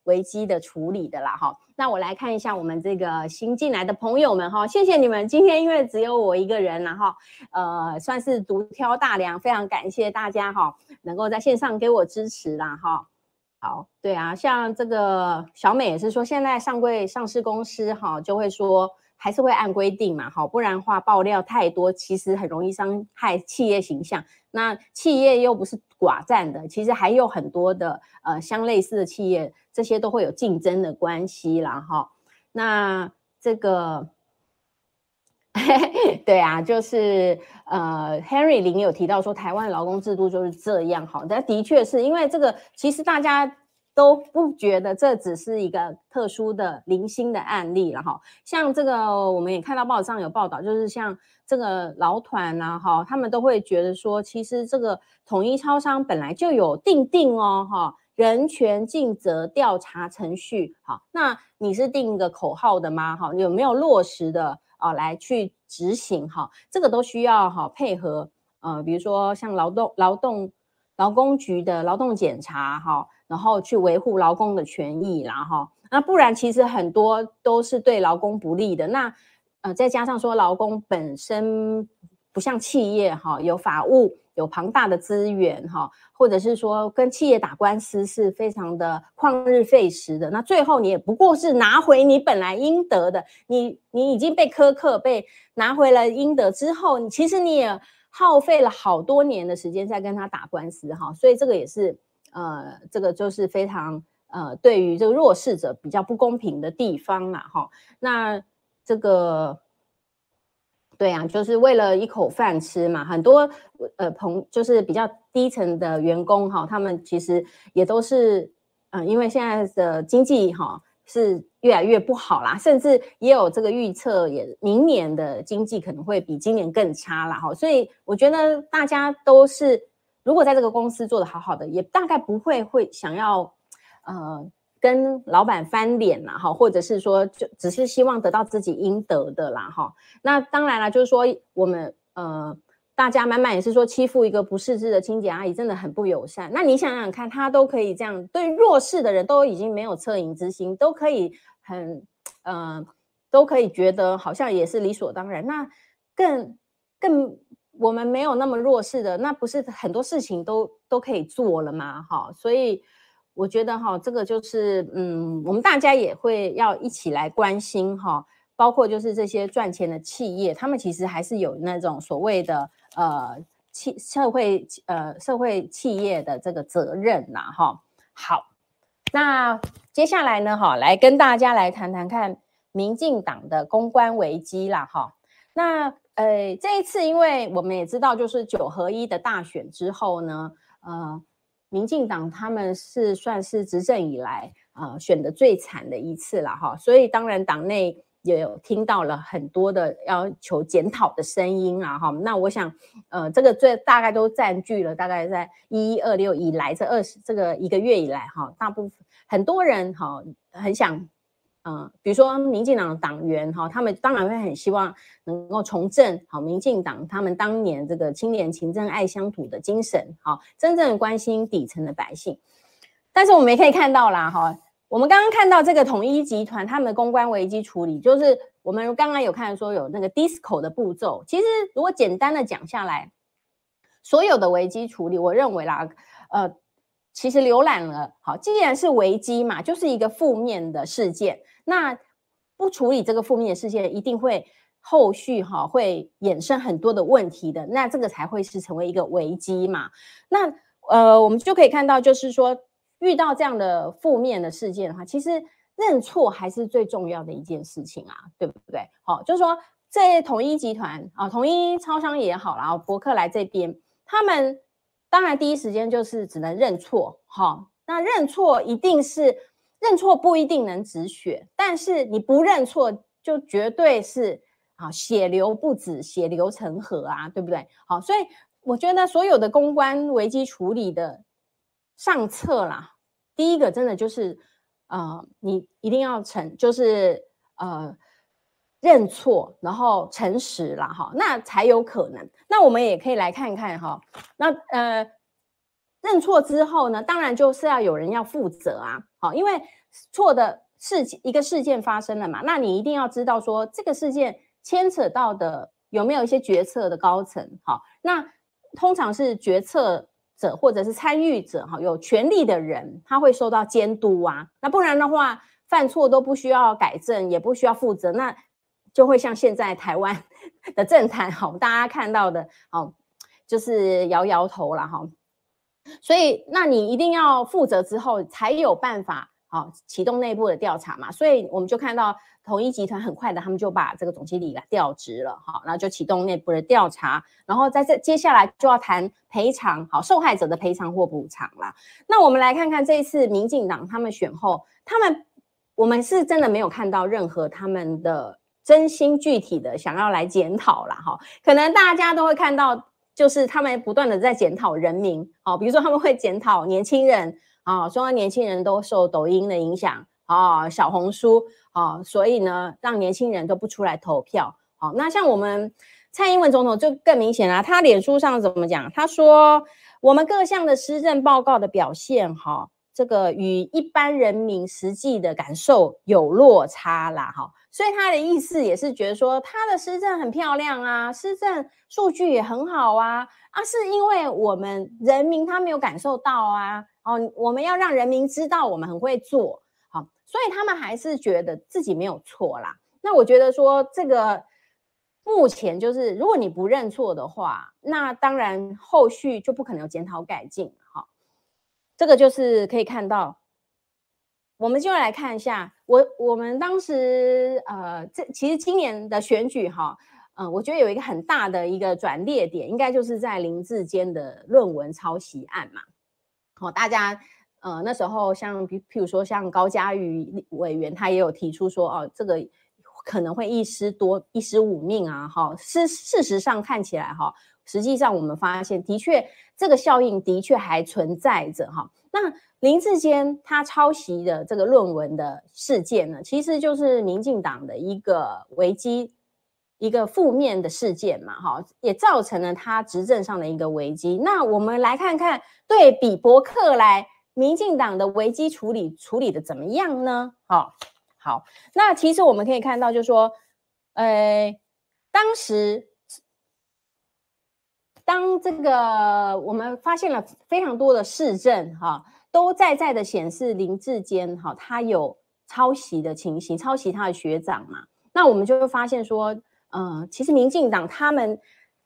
危机的处理的啦哈。那我来看一下我们这个新进来的朋友们哈，谢谢你们，今天因为只有我一个人然后算是独挑大梁，非常感谢大家哈，能够在线上给我支持啦哈。好，对啊，像这个小美也是说，现在上柜上市公司哈，就会说还是会按规定嘛，好，不然的话爆料太多，其实很容易伤害企业形象。那企业又不是寡占的，其实还有很多的相类似的企业，这些都会有竞争的关系啦哈。那这个。对啊，就是Henry 林有提到说，台湾劳工制度就是这样哈，但的确是因为这个，其实大家都不觉得这只是一个特殊的零星的案例了哈。像这个我们也看到报纸上有报道，就是像这个劳团啊哈，他们都会觉得说，其实这个统一超商本来就有定哦哈。人权尽责调查程序，好，那你是定一个口号的吗？哈，有没有落实的来去执行？哈，这个都需要配合比如说像劳工局的劳动检查哈，然后去维护劳工的权益啦哈，那不然其实很多都是对劳工不利的。那再加上说劳工本身不像企业哈，有法务。有庞大的资源哈，或者是说跟企业打官司是非常的旷日费时的，那最后你也不过是拿回你本来应得的，你已经被苛刻，被拿回了应得之后，其实你也耗费了好多年的时间在跟他打官司哈，所以这个也是这个就是非常对于这个弱势者比较不公平的地方啦哈，那这个。对啊，就是为了一口饭吃嘛，很多就是比较低层的员工哈，他们其实也都是因为现在的经济哈是越来越不好啦，甚至也有这个预测，也明年的经济可能会比今年更差啦哈，所以我觉得大家都是如果在这个公司做得好好的，也大概不会想要跟老板翻脸啦哈，或者是说就只是希望得到自己应得的啦哈。那当然啦，就是说我们大家慢慢也是说欺负一个不识字的清洁阿姨真的很不友善。那你想想看，她都可以这样，对弱势的人都已经没有恻隐之心，都可以都可以觉得好像也是理所当然。那更我们没有那么弱势的，那不是很多事情都可以做了吗？哈，所以。我觉得这个就是我们大家也会要一起来关心包括就是这些赚钱的企业，他们其实还是有那种所谓的社会企业的这个责任啦哈。好，那接下来呢来跟大家来谈谈看民进党的公关危机啦哈。那这一次因为我们也知道就是9合1的大选之后呢民进党他们是算是执政以来选的最惨的一次了哈，所以当然党内也有听到了很多的要求检讨的声音啊哈。那我想这个大概都占据了大概在1126以来这个1个月以来哈，大部分很多人很想比如说民进党的党员他们当然会很希望能够重振民进党他们当年这个清廉勤政爱乡土的精神真正关心底层的百姓。但是我们也可以看到啦我们刚刚看到这个统一集团他们的公关危机处理，就是我们刚刚有看说有那个 DISCO 的步骤，其实如果简单的讲下来，所有的危机处理我认为啦其实浏览了既然是危机嘛，就是一个负面的事件，那不处理这个负面的事件，一定会后续会衍生很多的问题的，那这个才会是成为一个危机嘛。那我们就可以看到，就是说遇到这样的负面的事件的话，其实认错还是最重要的一件事情啊，对不对？就是说这统一集团统一超商也好啦，伯克莱这边，他们当然第一时间就是只能认错那认错一定是认错不一定能止血，但是你不认错就绝对是血流不止，血流成河啊，对不对？所以我觉得所有的公关危机处理的上策啦，第一个真的就是你一定要就是认错，然后诚实啦那才有可能。那我们也可以来看看那认错之后呢，当然就是要有人要负责啊，好，因为错的一个事件发生了嘛，那你一定要知道说这个事件牵扯到的有没有一些决策的高层，好，那通常是决策者或者是参与者，哈，有权利的人，他会受到监督啊，那不然的话，犯错都不需要改正，也不需要负责，那就会像现在台湾的政坛，哈，大家看到的，好，就是摇摇头了，哈。所以，那你一定要负责之后，才有办法启动内部的调查嘛。所以我们就看到统一集团很快的，他们就把这个总经理给调职了，然后就启动内部的调查，然后在接下来就要谈赔偿，受害者的赔偿或补偿啦。那我们来看看这一次民进党他们选后，我们是真的没有看到任何他们的真心具体的想要来检讨啦，可能大家都会看到。就是他们不断的在检讨人民，比如说他们会检讨年轻人说年轻人都受抖音的影响小红书所以呢让年轻人都不出来投票那像我们蔡英文总统就更明显啦，他脸书上怎么讲？他说我们各项的施政报告的表现这个与一般人民实际的感受有落差啦所以他的意思也是觉得说他的施政很漂亮啊，施政数据也很好啊是因为我们人民他没有感受到啊我们要让人民知道我们很会做所以他们还是觉得自己没有错啦。那我觉得说这个目前就是如果你不认错的话，那当然后续就不可能有检讨改进这个就是可以看到，我们就来看一下，我们当时其实今年的选举我觉得有一个很大的一个转捩点，应该就是在林智坚的论文抄袭案嘛。大家那时候像譬如说像高嘉瑜委员，他也有提出说这个可能会一尸五命啊事实上看起来实际上我们发现的确这个效应的确还存在着那林智坚他抄袭的这个论文的事件呢，其实就是民进党的一个危机，一个负面的事件嘛也造成了他执政上的一个危机。那我们来看看对比伯克莱民进党的危机处理的怎么样呢？好，那其实我们可以看到就是说当这个我们发现了非常多的事证都在的显示林智坚他有抄袭的情形，抄袭他的学长嘛。那我们就会发现说其实民进党他们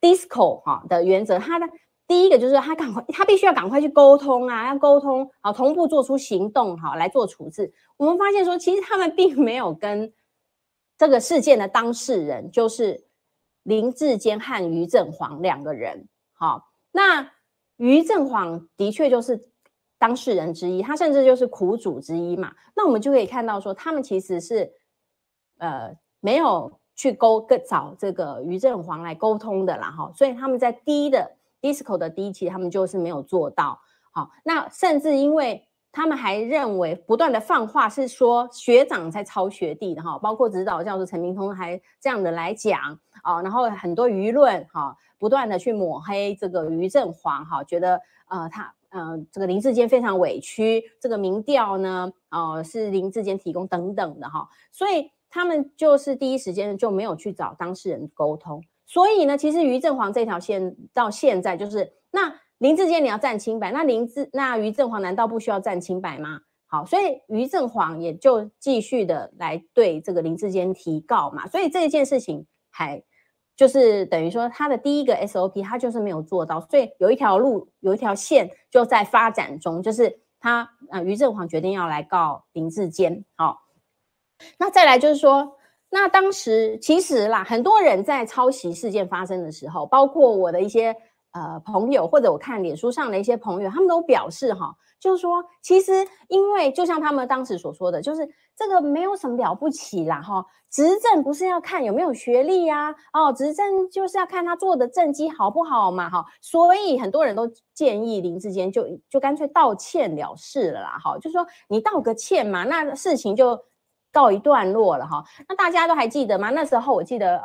DISCO 的原则，他的第一个就是他必须要赶快去沟通要沟通同步做出行动来做处置。我们发现说其实他们并没有跟这个事件的当事人就是林智坚和于正煌两个人那于正煌的确就是当事人之一，他甚至就是苦主之一嘛。那我们就可以看到说他们其实是没有去找这个于正煌来沟通的啦所以他们在DISCO 的第一期他们就是没有做到那甚至因为他们还认为不断的放话是说学长在抄学弟的包括指导教授陈明通还这样的来讲然后很多舆论不断的去抹黑这个于正煌觉得这个林智坚非常委屈，这个民调呢是林智坚提供等等的所以他们就是第一时间就没有去找当事人沟通。所以呢其实于正煌这条线到现在就是那林智坚你要站清白，那于正煌难道不需要站清白吗？所以于正煌也就继续的来对这个林智坚提告嘛。所以这件事情还就是等于说他的第一个 SOP 他就是没有做到，所以有一条路有一条线就在发展中，就是他于正煌决定要来告林智坚那再来就是说，那当时其实啦，很多人在抄袭事件发生的时候，包括我的一些朋友，或者我看脸书上的一些朋友，他们都表示就是说其实因为就像他们当时所说的，就是这个没有什么了不起啦执政不是要看有没有学历啊执政就是要看他做的政绩好不好嘛所以很多人都建议林智坚就干脆道歉了事了啦就是说你道个歉嘛，那事情就告一段落了那大家都还记得吗？那时候我记得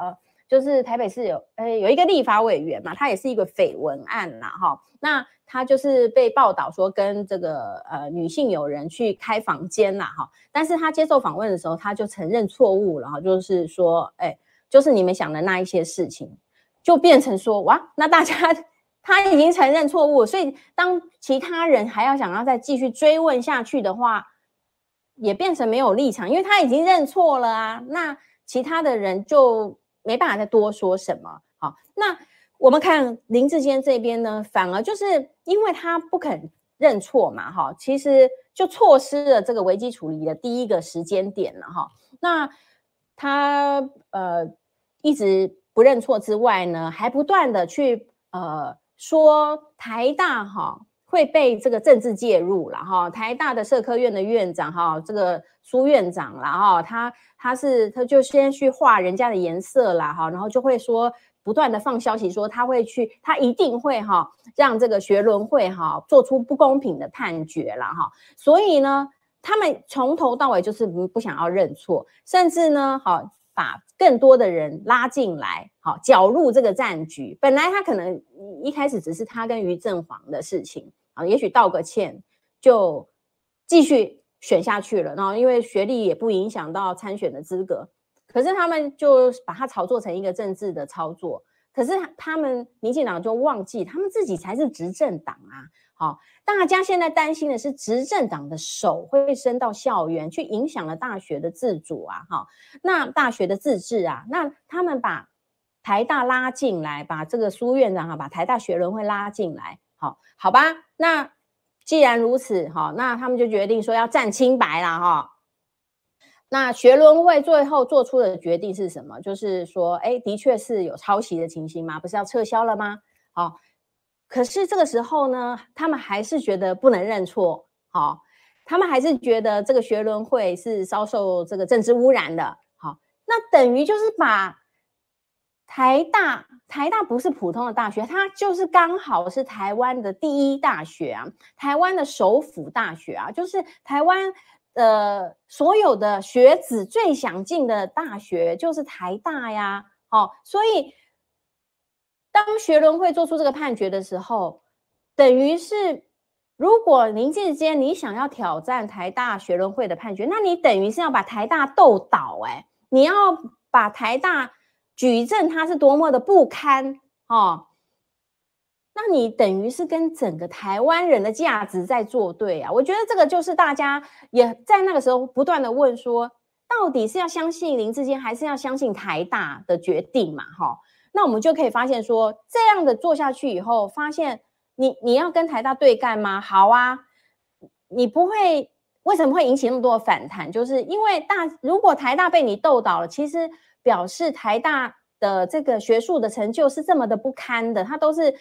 就是台北市有一个立法委员嘛，他也是一个绯闻案啦哈。那他就是被报道说跟这个女性友人去开房间啦哈，但是他接受访问的时候，他就承认错误了哈，就是说，就是你们想的那一些事情，就变成说哇，那大家他已经承认错误，所以当其他人还要想要再继续追问下去的话，也变成没有立场，因为他已经认错了啊，那其他的人就没办法再多说什么。好，那我们看林智坚这边呢，反而就是因为他不肯认错嘛，哈，其实就错失了这个危机处理的第一个时间点了哈。那他一直不认错之外呢，还不断的去说台大哈会被这个政治介入了哈，台大的社科院的院长哈，这个苏院长啦哈，他就先去画人家的颜色啦哈，然后就会说不断的放消息说他一定会哈让这个学伦会哈做出不公平的判决啦哈，所以呢，他们从头到尾就是不想要认错，甚至呢好把更多的人拉进来，好搅入这个战局。本来他可能一开始只是他跟于正煌的事情，啊，也许道个歉就继续选下去了。然后因为学历也不影响到参选的资格，可是他们就把它炒作成一个政治的操作。可是他们民进党就忘记，他们自己才是执政党啊。好，大家现在担心的是执政党的手会伸到校园去影响了大学的自主啊，那大学的自治啊，那他们把台大拉进来，把这个苏院长把台大学伦会拉进来，好吧，那既然如此，那他们就决定说要站清白啦哈。那学伦会最后做出的决定是什么？就是说，的确是有抄袭的情形吗？不是要撤销了吗？好。可是这个时候呢，他们还是觉得不能认错，他们还是觉得这个学伦会是遭受这个政治污染的，那等于就是把台大不是普通的大学，它就是刚好是台湾的第一大学啊，台湾的首府大学啊，就是台湾所有的学子最想进的大学就是台大呀，所以。当学伦会做出这个判决的时候，等于是如果林智坚你想要挑战台大学伦会的判决，那你等于是要把台大斗倒，你要把台大举证它是多么的不堪那你等于是跟整个台湾人的价值在作对啊！我觉得这个就是大家也在那个时候不断的问说，到底是要相信林智坚还是要相信台大的决定嘛？那我们就可以发现说，这样的做下去以后，发现你要跟台大对干吗？好啊，你不会为什么会引起那么多的反弹？就是因为如果台大被你斗倒了，其实表示台大的这个学术的成就是这么的不堪的，它都是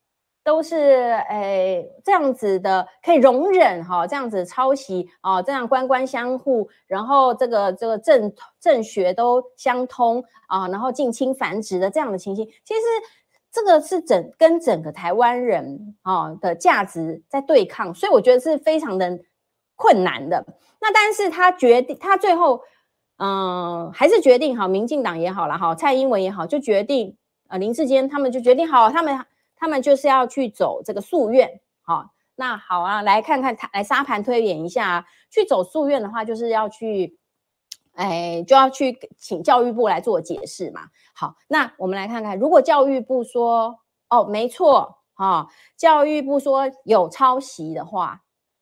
这样子的可以容忍这样子抄袭这样官官相护，然后这个政学都相通然后近亲繁殖的这样的情形，其实这个是跟整个台湾人的价值在对抗，所以我觉得是非常的困难的。那但是他最后还是决定民进党也好啦蔡英文也好，就决定林智坚他们就决定好他们就是要去走这个诉愿，那好啊，来看看来沙盘推演一下，去走诉愿的话，就是要去，就要去请教育部来做解释嘛。好，那我们来看看，如果教育部说没错教育部说有抄袭的话，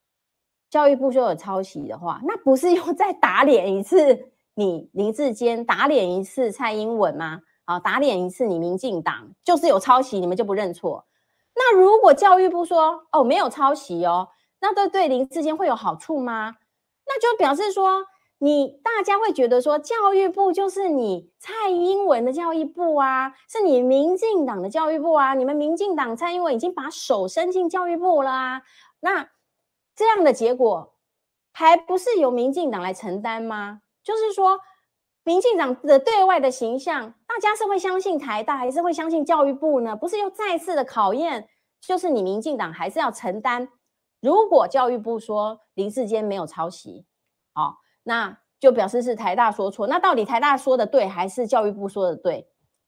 那不是又再打脸一次你林智坚，打脸一次蔡英文吗？打脸一次你民进党，就是有抄袭，你们就不认错。那如果教育部说没有抄袭那对林智坚会有好处吗？那就表示说大家会觉得说教育部就是你蔡英文的教育部啊，是你民进党的教育部啊，你们民进党蔡英文已经把手伸进教育部了啊，那这样的结果还不是由民进党来承担吗？就是说民进党的对外的形象，大家是会相信台大还是会相信教育部呢？不是又再次的考验，就是你民进党还是要承担。如果教育部说林智坚没有抄袭那就表示是台大说错，那到底台大说的对还是教育部说的对？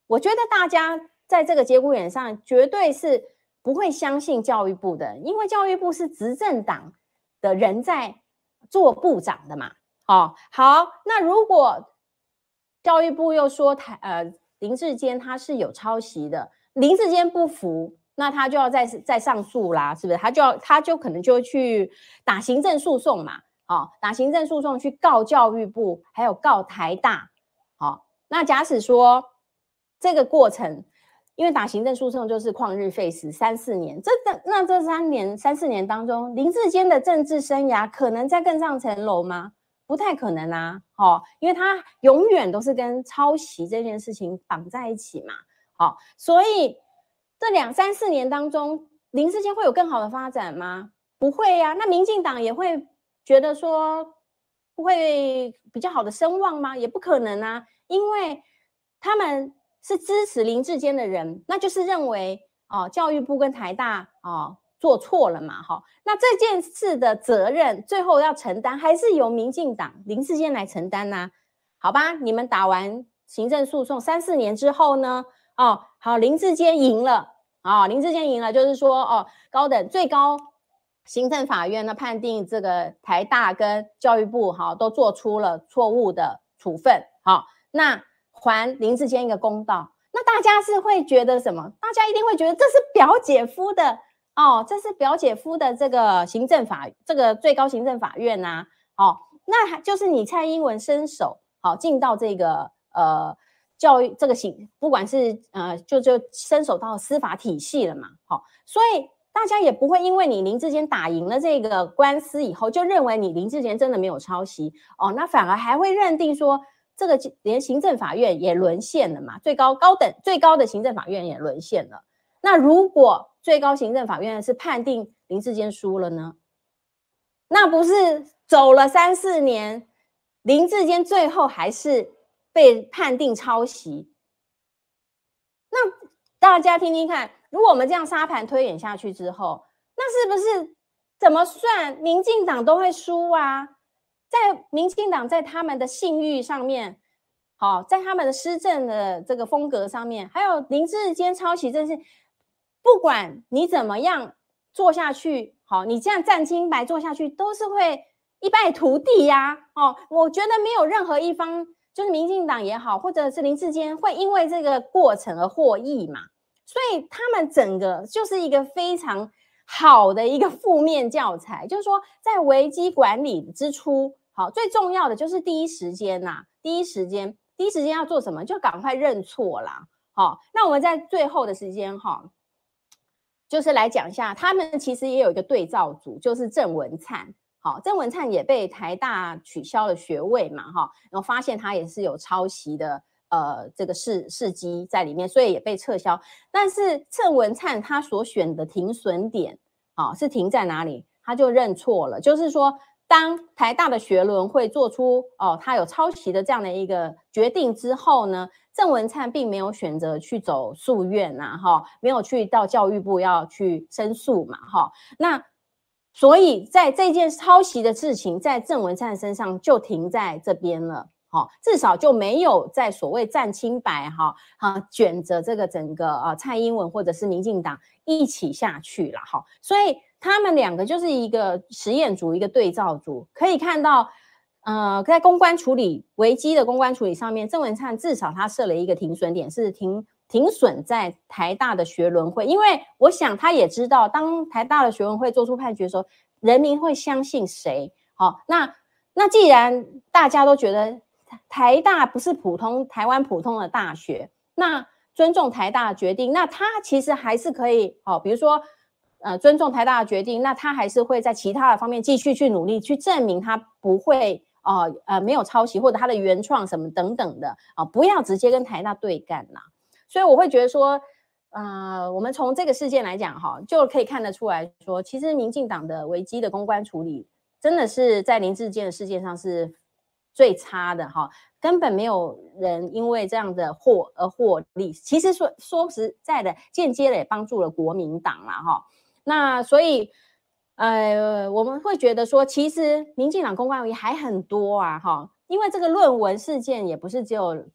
我觉得大家在这个节骨眼上绝对是不会相信教育部的，因为教育部是执政党的人在做部长的嘛。哦，好，那如果教育部又说林志坚他是有抄袭的，林志坚不服，那他就要再上诉啦，是不是？他就可能就去打行政诉讼嘛，打行政诉讼去告教育部，还有告台大，那假使说这个过程，因为打行政诉讼就是旷日费时3-4年，那这3-4年当中，林志坚的政治生涯可能再更上层楼吗？不太可能啊，因为他永远都是跟抄袭这件事情绑在一起嘛，所以这2-3-4年当中，林志坚会有更好的发展吗？不会啊，那民进党也会觉得说不会比较好的声望吗？也不可能啊，因为他们是支持林志坚的人，那就是认为教育部跟台大做错了嘛，那这件事的责任最后要承担，还是由民进党林志坚来承担呢？好吧，你们打完行政诉讼3-4年之后呢，好，林志坚赢了，林志坚赢了，就是说最高行政法院呢判定这个台大跟教育部都做出了错误的处分，那还林志坚一个公道。那大家是会觉得什么？大家一定会觉得这是表姐夫的这是表姐夫的这个这个最高行政法院啊，那就是你蔡英文伸手进到这个教育这个不管是就伸手到司法体系了嘛，所以大家也不会因为你林志坚打赢了这个官司以后，就认为你林志坚真的没有抄袭那反而还会认定说这个连行政法院也沦陷了嘛，最高的行政法院也沦陷了。那如果最高行政法院是判定林志坚输了呢？那不是走了3-4年，林志坚最后还是被判定抄袭？那大家听听看，如果我们这样沙盘推演下去之后，那是不是怎么算民进党都会输啊？在民进党在他们的信誉上面，在他们的施政的这个风格上面，还有林志坚抄袭这件事，不管你怎么样做下去，你这样站清白做下去，都是会一败涂地呀。我觉得没有任何一方，就是民进党也好，或者是林志坚，会因为这个过程而获益嘛。所以他们整个就是一个非常好的一个负面教材，就是说在危机管理之初，最重要的就是第一时间要做什么，就赶快认错啦。那我们在最后的时间就是来讲一下，他们其实也有一个对照组，就是郑文灿。郑文灿也被台大取消了学位嘛，然后发现他也是有抄袭的这个事迹在里面，所以也被撤销。但是郑文灿他所选的停损点是停在哪里？他就认错了，就是说当台大的学伦会做出他有抄袭的这样的一个决定之后呢，郑文灿并没有选择去走诉愿没有去到教育部要去申诉嘛那所以在这件抄袭的事情在郑文灿身上就停在这边了至少就没有在所谓站清白卷着这个整个蔡英文或者是民进党一起下去了所以他们两个就是一个实验组一个对照组，可以看到在公关处理危机的公关处理上面，郑文灿至少他设了一个停损点，是停损在台大的学伦会，因为我想他也知道当台大的学伦会做出判决的时候，人民会相信谁那既然大家都觉得台大不是台湾普通的大学，那尊重台大的决定，那他其实还是可以比如说尊重台大的决定，那他还是会在其他的方面继续去努力，去证明他不会没有抄袭或者他的原创什么等等的不要直接跟台大对干啦。所以我会觉得说我们从这个事件来讲就可以看得出来说，其实民进党的危机的公关处理真的是在林志坚的事件上是最差的根本没有人因为这样的获利，其实说实在的，间接的也帮助了国民党啦那所以我们会觉得说，其实民进党公关危机还很多因为这个论文事件也不是只有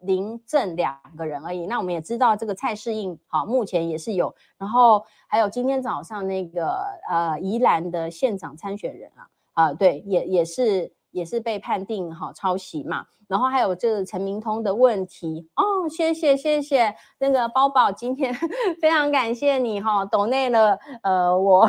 林郑2个人而已。那我们也知道这个蔡适应好，目前也是有，然后还有今天早上那个宜兰的县长参选人对，也是被判定抄袭嘛。然后还有这个陈明通的问题谢谢那个包宝今天非常感谢你抖内了我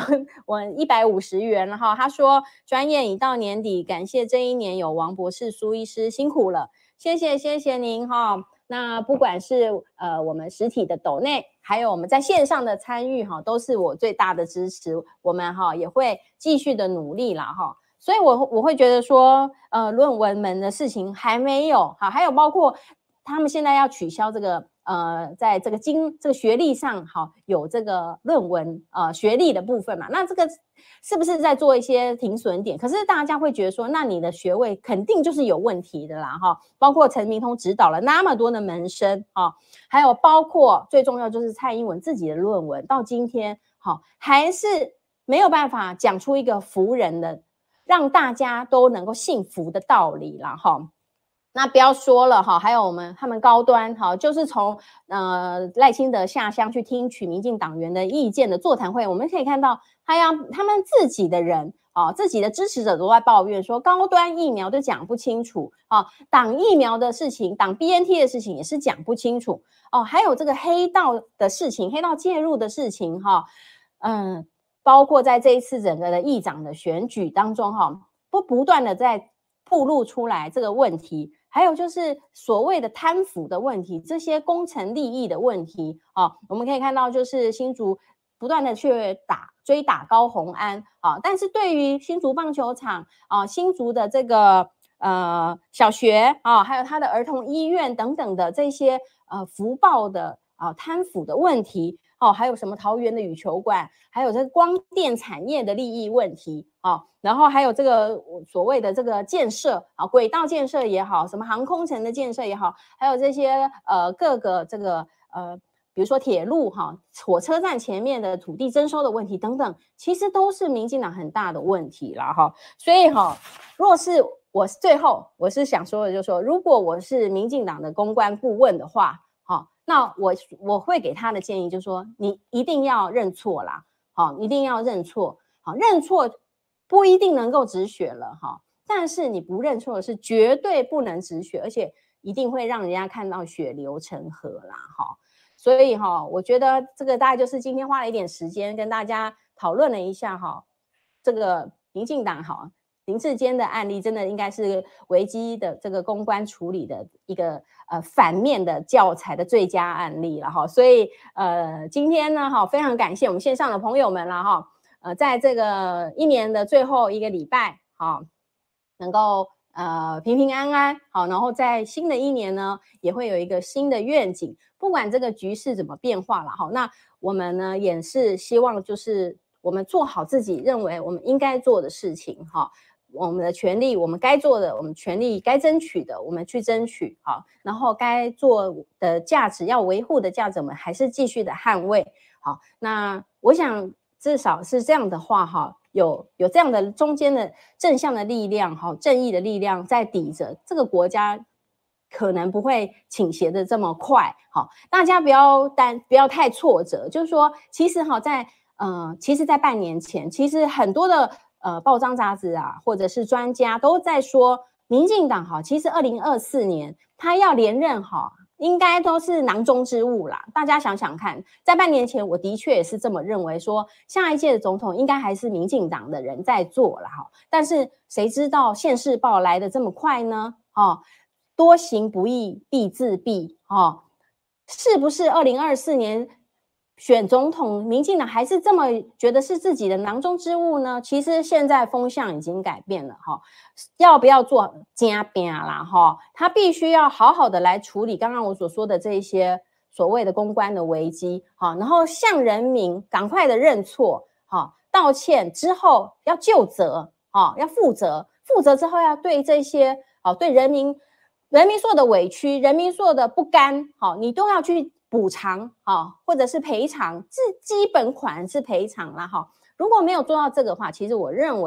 150元了他说专业已到年底，感谢这一年有王博士、苏医师辛苦了，谢谢您那不管是我们实体的抖内，还有我们在线上的参与都是我最大的支持，我们也会继续的努力啦所以我会觉得说论文门的事情还没有还有包括他们现在要取消这个在这个学历上有这个论文学历的部分嘛，那这个是不是在做一些停损点？可是大家会觉得说，那你的学位肯定就是有问题的啦包括陈明通指导了那么多的门生还有包括最重要就是蔡英文自己的论文，到今天还是没有办法讲出一个服人的，让大家都能够信服的道理啦那不要说了还有他们高端就是从赖清德下乡去听取民进党员的意见的座谈会，我们可以看到他们自己的人自己的支持者都在抱怨说高端疫苗都讲不清楚挡疫苗的事情，挡 BNT 的事情也是讲不清楚还有这个黑道的事情，黑道介入的事情包括在这一次整个的议长的选举当中不断的在暴露出来这个问题，还有就是所谓的贪腐的问题，这些工程利益的问题我们可以看到就是新竹不断的去追打高虹安但是对于新竹棒球场新竹的这个小学还有他的儿童医院等等的这些福报的贪腐的问题还有什么桃园的羽球馆，还有这个光电产业的利益问题然后还有这个所谓的这个建设轨道建设也好，什么航空城的建设也好，还有这些各个这个比如说铁路火车站前面的土地征收的问题等等，其实都是民进党很大的问题啦所以若是最后我是想说的就是说，如果我是民进党的公关顾问的话那我会给他的建议就是说，你一定要认错啦一定要认错认错不一定能够止血了但是你不认错的是绝对不能止血，而且一定会让人家看到血流成河啦所以我觉得这个大概就是今天花了一点时间跟大家讨论了一下这个民进党林智坚的案例真的应该是危机的这个公关处理的一个反面的教材的最佳案例了所以今天呢非常感谢我们线上的朋友们了在这个一年的最后一个礼拜能够平平安安然后在新的一年呢也会有一个新的愿景，不管这个局势怎么变化了那我们呢也是希望就是我们做好自己认为我们应该做的事情我们的权利，我们该做的，我们权利该争取的，我们去争取然后该做的价值要维护的价值，我们还是继续的捍卫那我想至少是这样的话有这样的中间的正向的力量正义的力量在抵着，这个国家可能不会倾斜的这么快大家不要太挫折，就是说其实在半年前，其实很多的报章杂志或者是专家都在说民进党其实2024年他要连任应该都是囊中之物啦。大家想想看，在半年前我的确也是这么认为，说下一届的总统应该还是民进党的人在做啦但是谁知道现世报来的这么快呢多行不义必自毙是不是2024年选总统，民进党还是这么觉得是自己的囊中之物呢？其实现在风向已经改变了要不要做加变啦他必须要好好的来处理刚刚我所说的这一些所谓的公关的危机然后向人民赶快的认错道歉之后要就责要负责之后要对这些对人民受的委屈，人民受的不甘你都要去补偿或者是赔偿，基本款是赔偿啦如果没有做到这个的话，其实我认为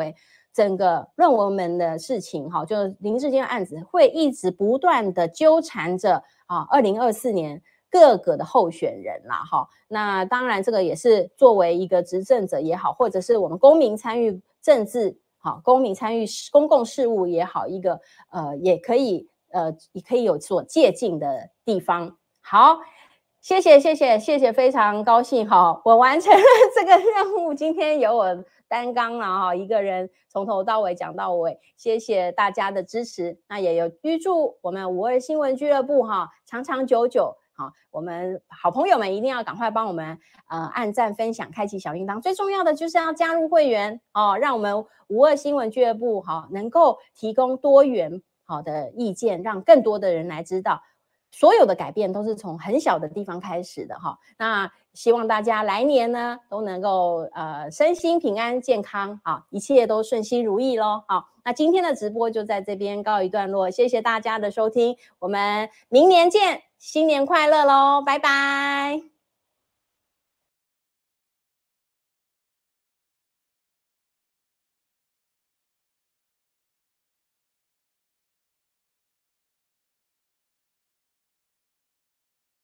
整个论文门的事情哈，就林志坚案子会一直不断的纠缠着2024年各个的候选人啦哈。那当然这个也是作为一个执政者也好，或者是我们公民参与政治好，公民参与公共事务也好，一个也可以有所借鉴的地方。好，谢谢，非常高兴哈，我完成了这个任务，今天由我担纲了哈，一个人从头到尾讲到尾，谢谢大家的支持，那也有预祝我们52新闻俱乐部哈长长久久。好，我们好朋友们一定要赶快帮我们按赞、分享、开启小铃铛。最重要的就是要加入会员哦，让我们52新闻俱乐部能够提供多元好的意见，让更多的人来知道，所有的改变都是从很小的地方开始的哈。那希望大家来年呢都能够身心平安健康啊，一切都顺心如意咯。好，那今天的直播就在这边告一段落，谢谢大家的收听，我们明年见，新年快乐咯，拜拜。